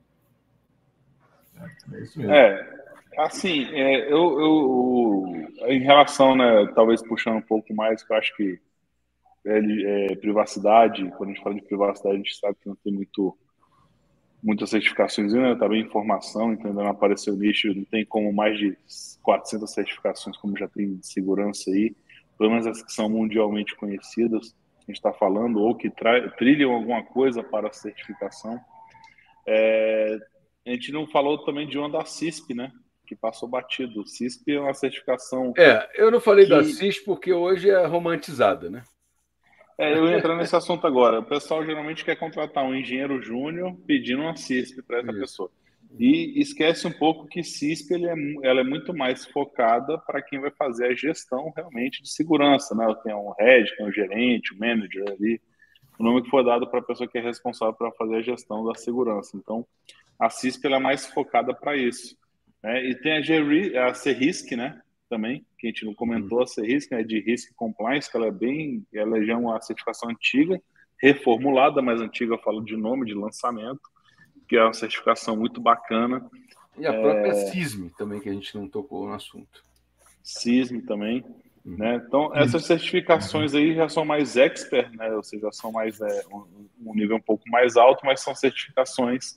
É, é isso mesmo.
É, assim, é, eu, eu, em relação, né, talvez puxando um pouco mais, que eu acho que é, é, privacidade, quando a gente fala de privacidade, a gente sabe que não tem muito, muitas certificações ainda, né? Tá bem informação, então ainda não apareceu o nicho, não tem como mais de quatrocentas certificações, como já tem de segurança aí, pelo menos as que são mundialmente conhecidas, a gente está falando, ou que trilham alguma coisa para a certificação. É, a gente não falou também de uma da C I S P, né? Que passou batido. C I S P é uma certificação...
É, eu não falei
que...
da C I S porque hoje é romantizada, né?
É, eu ia entrar nesse assunto agora. O pessoal geralmente quer contratar um engenheiro júnior pedindo uma C I S P para essa Isso. pessoa. E esquece um pouco que C I S P ele é, ela é muito mais focada para quem vai fazer a gestão realmente de segurança, né? Tem um head, tem um gerente, um manager ali, o nome que foi dado para a pessoa que é responsável para fazer a gestão da segurança. Então, a C I S P ela é mais focada para isso, né? E tem a, G, a C R I S C, né? Também, que a gente não comentou, a C R I S C, né, de Risk Compliance, que ela é bem, ela já é uma certificação antiga, reformulada, mas antiga, eu falo de nome, de lançamento, que é uma certificação muito bacana.
E a própria é... C I S M também, que a gente não tocou no assunto.
C I S M também, uhum. né? Então, essas certificações aí já são mais expert, né? Ou seja, já são mais, é, um, um nível um pouco mais alto, mas são certificações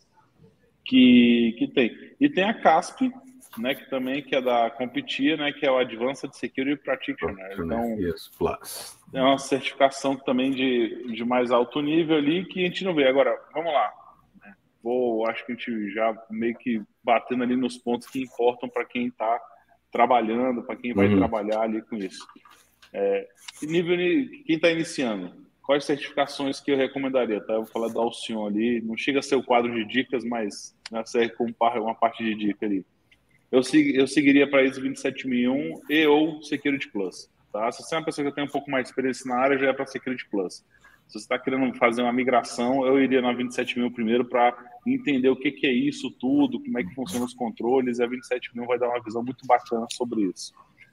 que, que tem. E tem a CASP, né, que também que é da Competia, né, que é o Advanced Security Practitioner. Então,
yes, plus.
é uma certificação também de, de mais alto nível ali que a gente não vê. Agora, vamos lá. Vou, acho que a gente já meio que batendo ali nos pontos que importam para quem está trabalhando, para quem vai uhum. trabalhar ali com isso. É, nível, quem está iniciando, quais certificações que eu recomendaria? Tá? Eu vou falar da Alcion ali, não chega a ser o quadro de dicas, mas né, serve como uma parte de dica ali. Eu, eu seguiria para I S O vinte e sete mil e um e ou Security Plus. Tá? Se você é uma pessoa que tem um pouco mais de experiência na área, já é para Security Plus. Se você está querendo fazer uma migração, eu iria na vinte e sete mil primeiro para entender o que, que é isso tudo, como é que funcionam os controles, e a vinte e sete mil vai dar uma visão muito bacana sobre isso.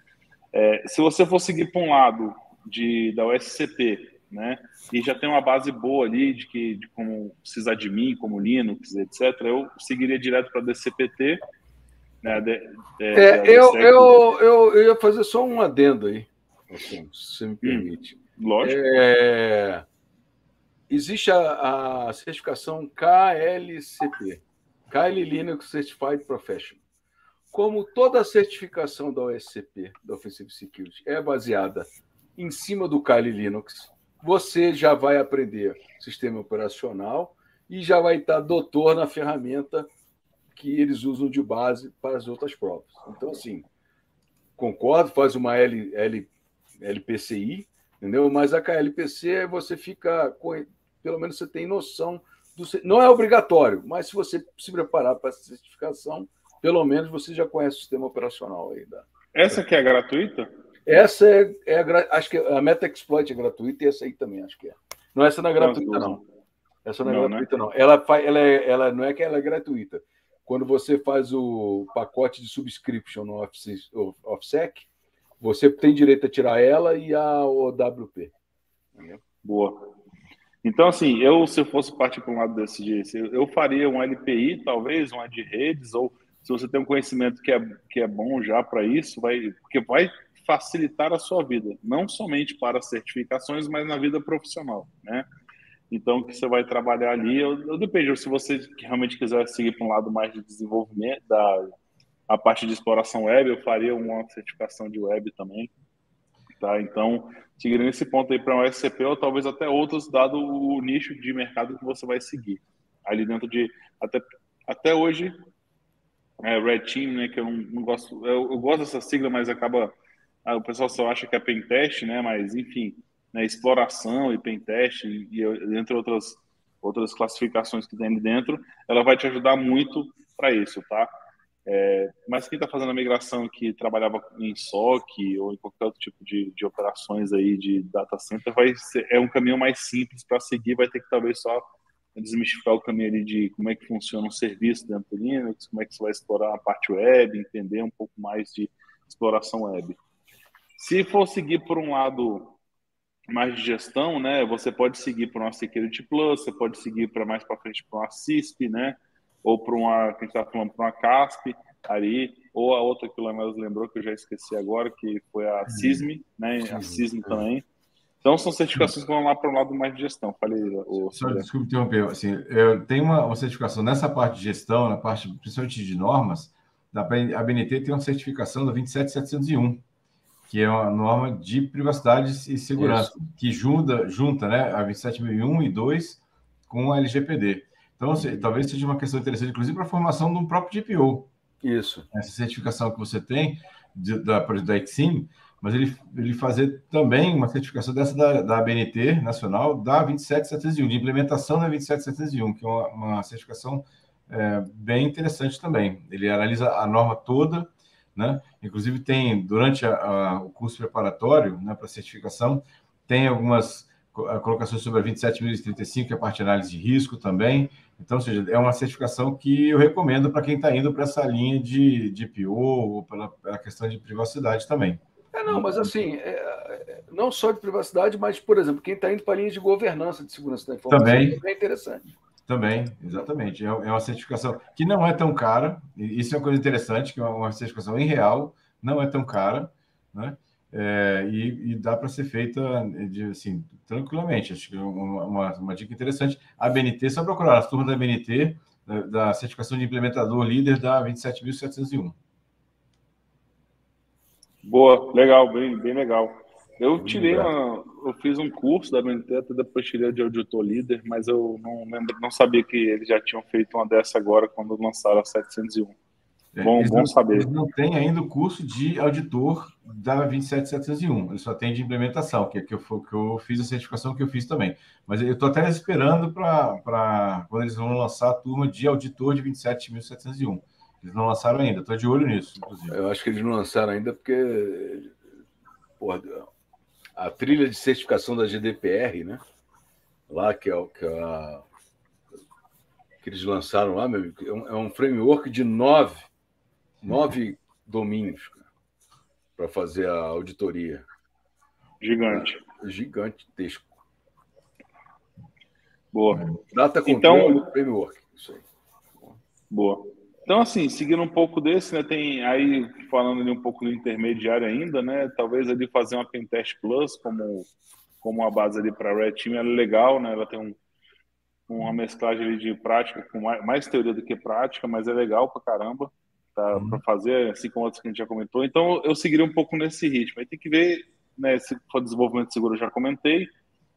É, se você for seguir para um lado de, da U S C P, né, e já tem uma base boa ali de, que, de como sysadmin, como Linux, etcétera, eu seguiria direto para D C P T. Né, de, de,
é, eu, eu, eu, eu ia fazer só um adendo aí, assim, se você me permite.
Hum, lógico.
É... Existe a, a certificação K L C P, Kali Linux Certified Professional. Como toda a certificação da O S C P, da Offensive Security, é baseada em cima do Kali Linux, você já vai aprender sistema operacional e já vai estar doutor na ferramenta que eles usam de base para as outras provas. Então, assim, concordo, faz uma L, L, L P C I, entendeu? Mas a K L P C você fica, com, pelo menos você tem noção, do, não é obrigatório, mas se você se preparar para essa certificação, pelo menos você já conhece o sistema operacional aí. Da...
Essa que é gratuita?
Essa é, é a, acho que a Metaxploit é gratuita e essa aí também acho que é. Não, essa não é gratuita, não. não. Essa não é não, gratuita, né? não. Ela, faz, ela, é, ela não é que ela é gratuita. Quando você faz o pacote de subscription no OffSec, você tem direito a tirar ela e a O W P. Entendeu?
Boa. Então, assim, eu, se eu fosse partir para um lado desse jeito, eu faria um L P I, talvez, uma de redes, ou se você tem um conhecimento que é, que é bom já para isso, vai, porque vai facilitar a sua vida, não somente para certificações, mas na vida profissional, né? Então, que você vai trabalhar ali, eu, eu depende, se você realmente quiser seguir para um lado mais de desenvolvimento, da a parte de exploração web, eu faria uma certificação de web também, tá? Então, seguindo esse ponto aí para um S C P ou talvez até outros, dado o nicho de mercado que você vai seguir. Ali dentro de, até, até hoje, é, Red Team, né, que eu não, não gosto, eu, eu gosto dessa sigla, mas acaba, o pessoal só acha que é pentest, né, mas enfim, né, exploração e pentest, e, e entre outras, outras classificações que tem ali dentro, ela vai te ajudar muito para isso, tá? É, mas quem está fazendo a migração que trabalhava em S O C ou em qualquer outro tipo de, de operações aí de data center, vai ser, é um caminho mais simples para seguir, vai ter que talvez só desmistificar o caminho ali de como é que funciona um serviço dentro do Linux, como é que você vai explorar a parte web, entender um pouco mais de exploração web. Se for seguir por um lado mais de gestão, né, você pode seguir para uma Security Plus, você pode seguir para mais para frente para uma C I S P, né, ou para uma, que a gente está falando, para uma C A S P, ali, ou a outra que o Lamelas lembrou, que eu já esqueci agora, que foi a C I S M, né, a C I S M também. Então, são certificações que vão lá para o lado mais de gestão. Falei, o...
Só desculpe interromper. Assim, eu tenho uma, uma certificação nessa parte de gestão, na parte principalmente de normas, da, a B N T tem uma certificação da vinte e sete mil setecentos e um, que é uma norma de privacidade e segurança, Isso. que junta, junta né, a vinte e sete mil e um e dois com a L G P D. Então, assim, talvez seja uma questão interessante, inclusive, para a formação de um próprio G P O.
Isso.
Essa certificação que você tem de, da, da I C S I M, mas ele, ele fazer também uma certificação dessa da, da A B N T nacional, da vinte e sete mil setecentos e um, de implementação da vinte e sete mil setecentos e um, que é uma, uma certificação é, bem interessante também. Ele analisa a norma toda, né? Inclusive tem, durante a, a, o curso preparatório, né, para certificação, tem algumas colocações sobre a vinte e sete mil e trinta e cinco, que é a parte de análise de risco também. Então, ou seja, é uma certificação que eu recomendo para quem está indo para essa linha de, de P O ou pela, pela questão de privacidade também.
É, não, mas assim, é, não só de privacidade, mas, por exemplo, quem está indo para a linha de governança de segurança da informação
também
é interessante.
Também, exatamente. É uma certificação que não é tão cara, e isso é uma coisa interessante, que é uma certificação em real, não é tão cara, né? É, e, e dá para ser feita de, assim, tranquilamente. Acho que é uma, uma, uma dica interessante. A B N T, só procurar as turmas da B N T, da, da certificação de implementador líder da vinte e sete mil setecentos e um.
Boa, legal, bem, bem legal. Eu tirei uma, eu fiz um curso da B N T, até depois tirei de auditor líder, mas eu não lembro, não sabia que eles já tinham feito uma dessa agora quando lançaram a setecentos e um. Bom,
eles
bom
não,
saber.
Eles não têm ainda o curso de auditor da vinte e sete mil setecentos e um, eles só têm de implementação, que é que eu, que eu fiz a certificação que eu fiz também. Mas eu estou até esperando para quando eles vão lançar a turma de auditor de vinte e sete mil setecentos e um. Eles não lançaram ainda, estou de olho nisso, inclusive.
Eu acho que eles não lançaram ainda porque porra, a trilha de certificação da G D P R, né? Lá que é o que, é a, que eles lançaram lá, meu amigo, é um, é um framework de nove, nove domínios para fazer a auditoria.
Gigante.
É, gigantesco.
Boa.
Data Control
então,
Framework. Isso aí.
Boa. Então, assim, seguindo um pouco desse, né, tem aí, falando ali um pouco do intermediário ainda, né, talvez ali fazer uma Pentest Plus como, como uma base ali para a Red Team, ela é legal, né, ela tem um, uma mesclagem ali de prática, com mais, mais teoria do que prática, mas é legal pra caramba, tá, uhum. para fazer, assim como outros que a gente já comentou. Então, eu seguiria um pouco nesse ritmo. Aí tem que ver, né, se for desenvolvimento seguro, eu já comentei,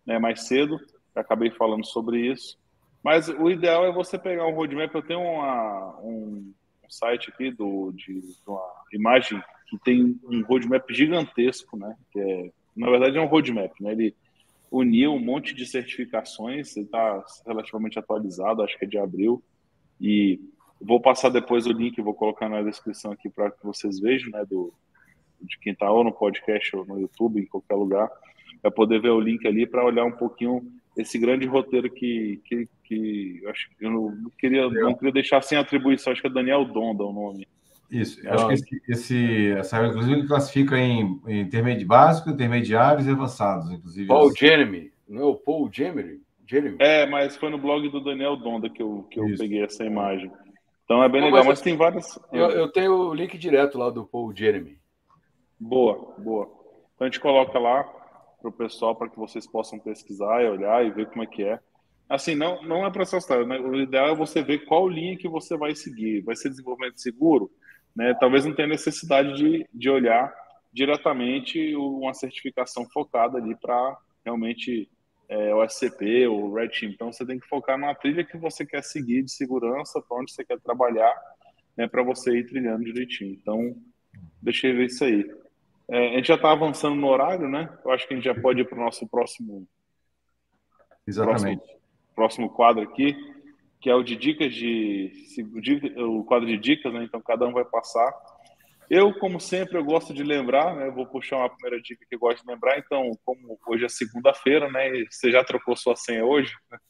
né, mais cedo, acabei falando sobre isso. Mas o ideal é você pegar um roadmap. Eu tenho uma, um, um site aqui do, de, de uma imagem que tem um roadmap gigantesco, né? Que é, na verdade é um roadmap, né? Ele uniu um monte de certificações, ele está relativamente atualizado, acho que é de abril, e vou passar depois o link, vou colocar na descrição aqui para que vocês vejam, né, do, de quem está ou no podcast ou no YouTube, em qualquer lugar, para poder ver o link ali, para olhar um pouquinho esse grande roteiro que, que, que eu acho que eu não queria, não queria deixar sem atribuição, acho que é Daniel Donda o nome.
Isso, eu acho que esse, esse, essa inclusive ele classifica em, em intermédio básico, intermediários e avançados, inclusive.
Paul as... Jeremy, não é o Paul Jeremy? Jeremy?
É, mas foi no blog do Daniel Donda que eu, que eu peguei essa imagem. Então é bem não, legal, mas, mas tem várias...
Eu, eu tenho o link direto lá do Paul Jeremy.
Boa, boa. Então a gente coloca lá para o pessoal, para que vocês possam pesquisar e olhar e ver como é que é. Assim, não, não é para essa história, né? O ideal é você ver qual linha que você vai seguir. Vai ser desenvolvimento seguro? Né? Talvez não tenha necessidade de, de olhar diretamente uma certificação focada ali para realmente é, o S C P ou o Red Team. Então, você tem que focar na trilha que você quer seguir de segurança, para onde você quer trabalhar, né, para você ir trilhando direitinho. Então, deixa eu ver isso aí. É, a gente já está avançando no horário, né? Eu acho que a gente já pode ir para o nosso próximo,
Exatamente.
próximo, próximo quadro aqui, que é o de dicas de o quadro de dicas, né? Então cada um vai passar. Eu, como sempre, eu gosto de lembrar, né? Eu vou puxar uma primeira dica que eu gosto de lembrar. Então, como hoje é segunda-feira, né? E você já trocou sua senha hoje?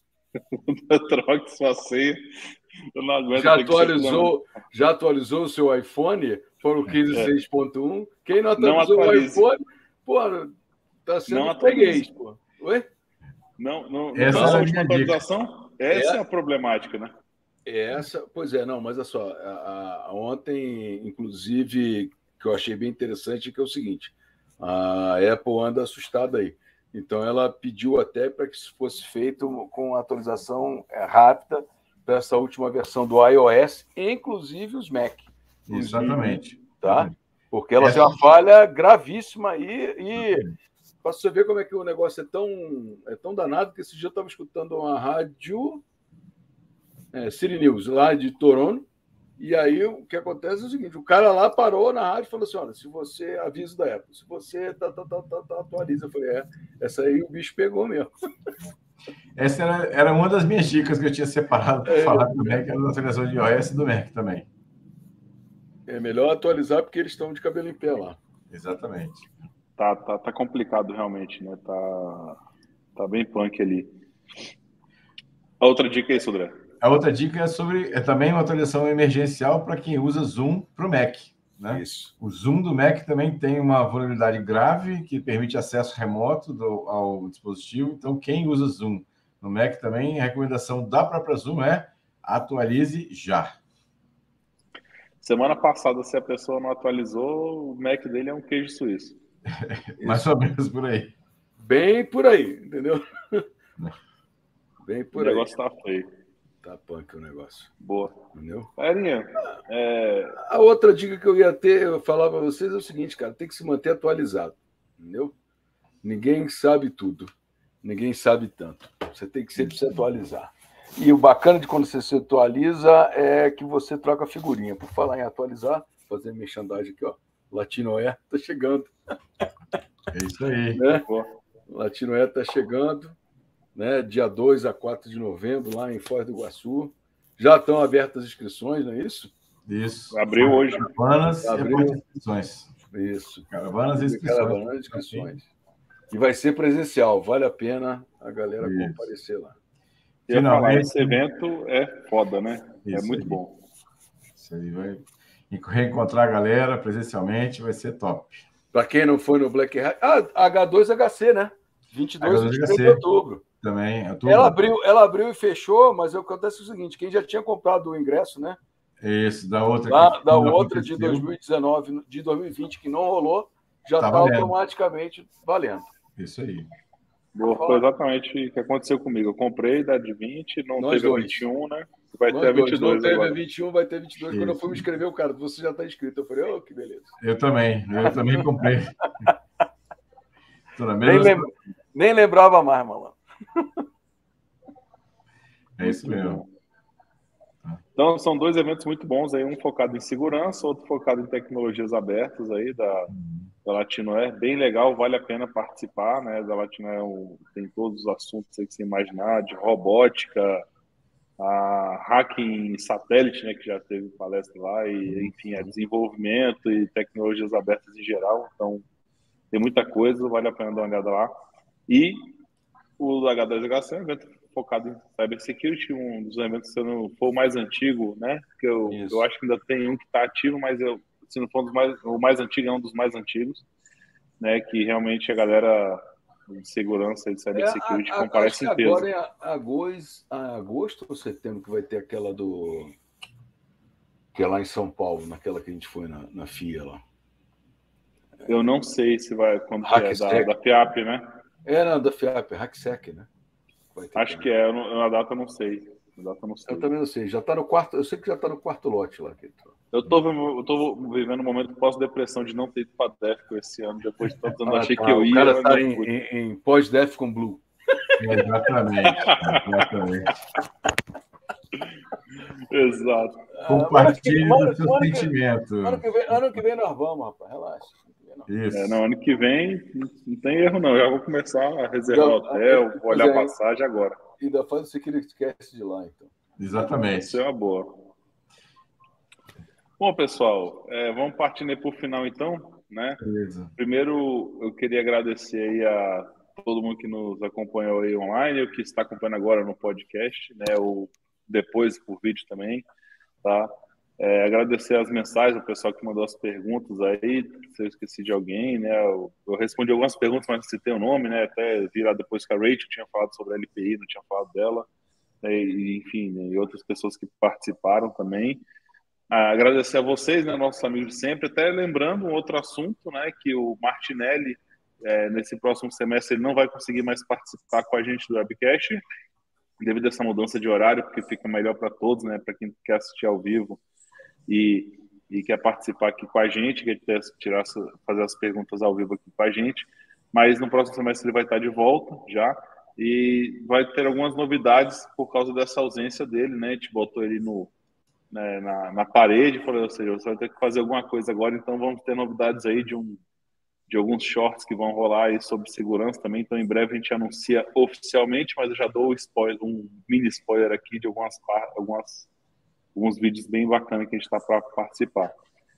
Troque sua senha. Eu não aguento.
Já atualizou, já atualizou o seu iPhone? Foram o quinze ponto seis ponto um. É. Quem não atualizou não o iPhone, pô, tá sendo freguês, pô. Oi?
Não, não, não
Essa
é
a
última atualização?
Dica.
Essa é. é a problemática, né?
Essa, pois é, não, mas olha só, a, a, ontem, inclusive, que eu achei bem interessante, que é o seguinte, a Apple anda assustada aí. Então, ela pediu até para que isso fosse feito com atualização rápida para essa última versão do iOS, inclusive os Mac.
Exatamente.
Tá? Porque ela essa... tem uma falha gravíssima aí e para você ver como é que o negócio é tão, é tão danado que esse dia eu estava escutando uma rádio é, City News, lá de Toronto, e aí o que acontece é o seguinte, o cara lá parou na rádio e falou assim, olha, se você avisa da Apple, se você tá, tá, tá, tá, tá, atualiza, eu falei, é, essa aí o bicho pegou mesmo.
Essa era, era uma das minhas dicas que eu tinha separado para é, falar do Mac, era da atualização de iOS e do Mac também.
É melhor atualizar porque eles estão de cabelo em pé lá.
Exatamente.
Tá, tá, tá complicado realmente, né? Tá, tá bem punk ali. A outra dica é isso, André.
A outra dica é sobre é também uma atualização emergencial para quem usa Zoom para o Mac. Né?
Isso.
O Zoom do Mac também tem uma vulnerabilidade grave que permite acesso remoto do, ao dispositivo. Então, quem usa Zoom no Mac também, a recomendação da própria Zoom é atualize já.
Semana passada, se a pessoa não atualizou, o Mac dele é um queijo suíço.
Mais ou menos por aí.
Bem por aí, entendeu? Bem por
aí. O
aí.
negócio tá feio.
Tá punk o negócio.
Boa.
Entendeu?
Erinha, é...
a outra dica que eu ia ter, eu falar para vocês é o seguinte, cara, tem que se manter atualizado, entendeu? Ninguém sabe tudo. Ninguém sabe tanto. Você tem que sempre se atualizar. E o bacana de quando você se atualiza é que você troca figurinha. Por falar em atualizar, fazer merchandising aqui, ó. Latinoé tá chegando.
É isso aí.
Né? Latinoé tá chegando, né? Dia dois a quatro de novembro, lá em Foz do Iguaçu. Já estão abertas as inscrições, não é isso?
Isso.
Abriu hoje.
Caravanas
Abriu.
e inscrições.
Isso.
Caravanas e inscrições.
Caravanas e inscrições. E vai ser presencial. Vale a pena a galera isso. comparecer lá.
E falar, esse evento é foda, né?
Isso
é muito
aí.
bom.
Isso aí vai reencontrar a galera presencialmente, vai ser top.
Para quem não foi no Black Hat, ah, H dois H C, né? vinte e dois de outubro.
Também, outubro.
Ela abriu, ela abriu e fechou, mas acontece o seguinte, quem já tinha comprado o ingresso, né?
Isso, da outra.
Da, da outra de dois mil e dezenove, de dois mil e vinte, que não rolou, já está tá automaticamente valendo.
Isso aí.
Boa, foi exatamente o que aconteceu comigo. Eu comprei da de vinte, não
Nós
teve
dois.
a vinte e um, né? Vai
Nós
ter a vinte e dois
não teve
agora.
a vinte e um, vai ter vinte e dois.
Isso.
Quando eu fui me inscrever, o cara, você já está inscrito. Eu falei, ô, oh, que beleza.
Eu também, eu também comprei.
nem, lem... Nem lembrava mais, malandro.
É isso mesmo.
Então, são dois eventos muito bons aí, um focado em segurança, outro focado em tecnologias abertas aí da, da Latinoair. Bem legal, vale a pena participar, né? Da Latinoair tem todos os assuntos aí que você imaginar, de robótica, a hacking satélite, né? Que já teve palestra lá, e enfim, é desenvolvimento e tecnologias abertas em geral. Então, tem muita coisa, vale a pena dar uma olhada lá. E o H dez H C é um evento focado em cybersecurity, um dos eventos, se não for o mais antigo, né? Porque eu, eu acho que ainda tem um que está ativo, mas eu, se não for um dos mais, o mais antigo é um dos mais antigos, né? Que realmente a galera de segurança e de cybersecurity
é, a, a,
comparece em peso.
Agora é agosto, agosto ou setembro que vai ter aquela do... que é lá em São Paulo, naquela que a gente foi na, na F I A lá.
Eu não sei se vai, quando que é, da, da F I A P, né?
É, não, da F I A P, HackSec, né?
Acho que é, na data eu não sei. Na data eu não sei.
Eu também não sei, já tá no quarto, eu sei que já tá no quarto lote lá. Que
eu, tô, eu tô vivendo um momento pós-depressão de não ter ido para DEFCON esse ano, depois de tantos anos, ah, achei tá. que eu ia.
O cara tá em, em, em pós-DEFCON Blue.
Exatamente, exatamente.
Exato.
Compartilhe o seu sentimento.
Ano que, vem, ano que vem nós vamos, rapaz, relaxa.
Isso. É, no ano que vem não tem erro, não. Já vou começar a reservar já, hotel, vou olhar a passagem agora.
E ainda faz o Security Cast de lá, então.
Exatamente.
Isso é uma boa. Bom, pessoal, é, vamos partindo aí para o final, então. Né?
Beleza.
Primeiro, eu queria agradecer aí a todo mundo que nos acompanhou aí online, o que está acompanhando agora no podcast, né? Ou depois por vídeo também, tá? É, agradecer as mensagens, o pessoal que mandou as perguntas aí, se eu esqueci de alguém, né? Eu, eu respondi algumas perguntas, mas citei o nome, né? Até vi lá depois que a Rachel tinha falado sobre a L P I, não tinha falado dela, né? E, enfim, né? E outras pessoas que participaram também. Ah, agradecer a vocês, né, nossos amigos de sempre, até lembrando um outro assunto, né, que o Martinelli, é, nesse próximo semestre, ele não vai conseguir mais participar com a gente do webcast, devido a essa mudança de horário, porque fica melhor para todos, né, para quem quer assistir ao vivo e, e quer participar aqui com a gente, quer tirar, fazer as perguntas ao vivo aqui com a gente, mas no próximo semestre ele vai estar de volta já, e vai ter algumas novidades por causa dessa ausência dele, né, a gente botou ele no Né, na, na parede, falei, ou seja, você vai ter que fazer alguma coisa agora, então vamos ter novidades aí de, um, de alguns shorts que vão rolar aí sobre segurança também, então em breve a gente anuncia oficialmente, mas eu já dou spoiler, um mini spoiler aqui de algumas, algumas alguns vídeos bem bacanas que a gente está para participar.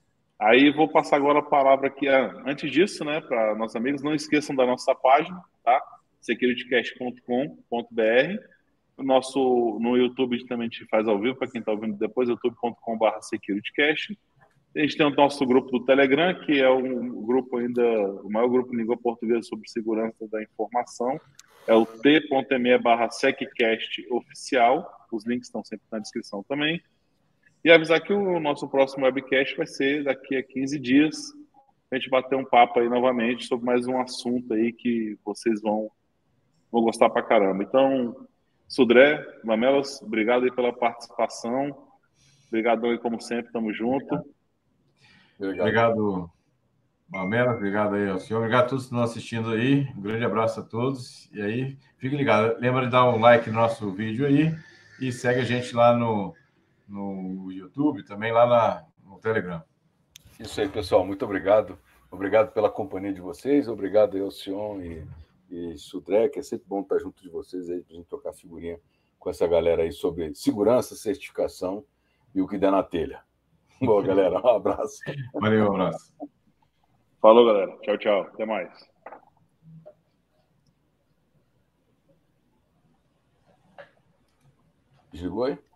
Aí vou passar agora a palavra aqui, antes disso, né, para nossos amigos, não esqueçam da nossa página, tá? securitycast ponto com ponto b r. O nosso, no YouTube também a gente faz ao vivo, para quem está ouvindo depois, youtube ponto com barra securitycast. A gente tem o nosso grupo do Telegram, que é um grupo ainda, o maior grupo em língua portuguesa sobre segurança da informação. É o t ponto m e barra seccast oficial. Os links estão sempre na descrição também. E avisar que o nosso próximo webcast vai ser daqui a quinze dias. A gente bater um papo aí novamente sobre mais um assunto aí que vocês vão, vão gostar pra caramba. Então, Sudré, Lamelas, obrigado aí pela participação. Obrigado aí, como sempre, tamo junto.
Obrigado, obrigado Lamelas, obrigado aí ao senhor, obrigado a todos que estão assistindo aí. Um grande abraço a todos. E aí, fique ligado. Lembra de dar um like no nosso vídeo aí e segue a gente lá no, no YouTube, também lá na, no Telegram.
Isso aí, pessoal. Muito obrigado. Obrigado pela companhia de vocês. Obrigado aí ao Sion e e Sudré, que é sempre bom estar junto de vocês aí para a gente trocar figurinha com essa galera aí sobre segurança, certificação e o que der na telha. Boa, galera. Um abraço.
Valeu, um abraço.
Falou, galera. Tchau, tchau. Até mais.
Desligou aí?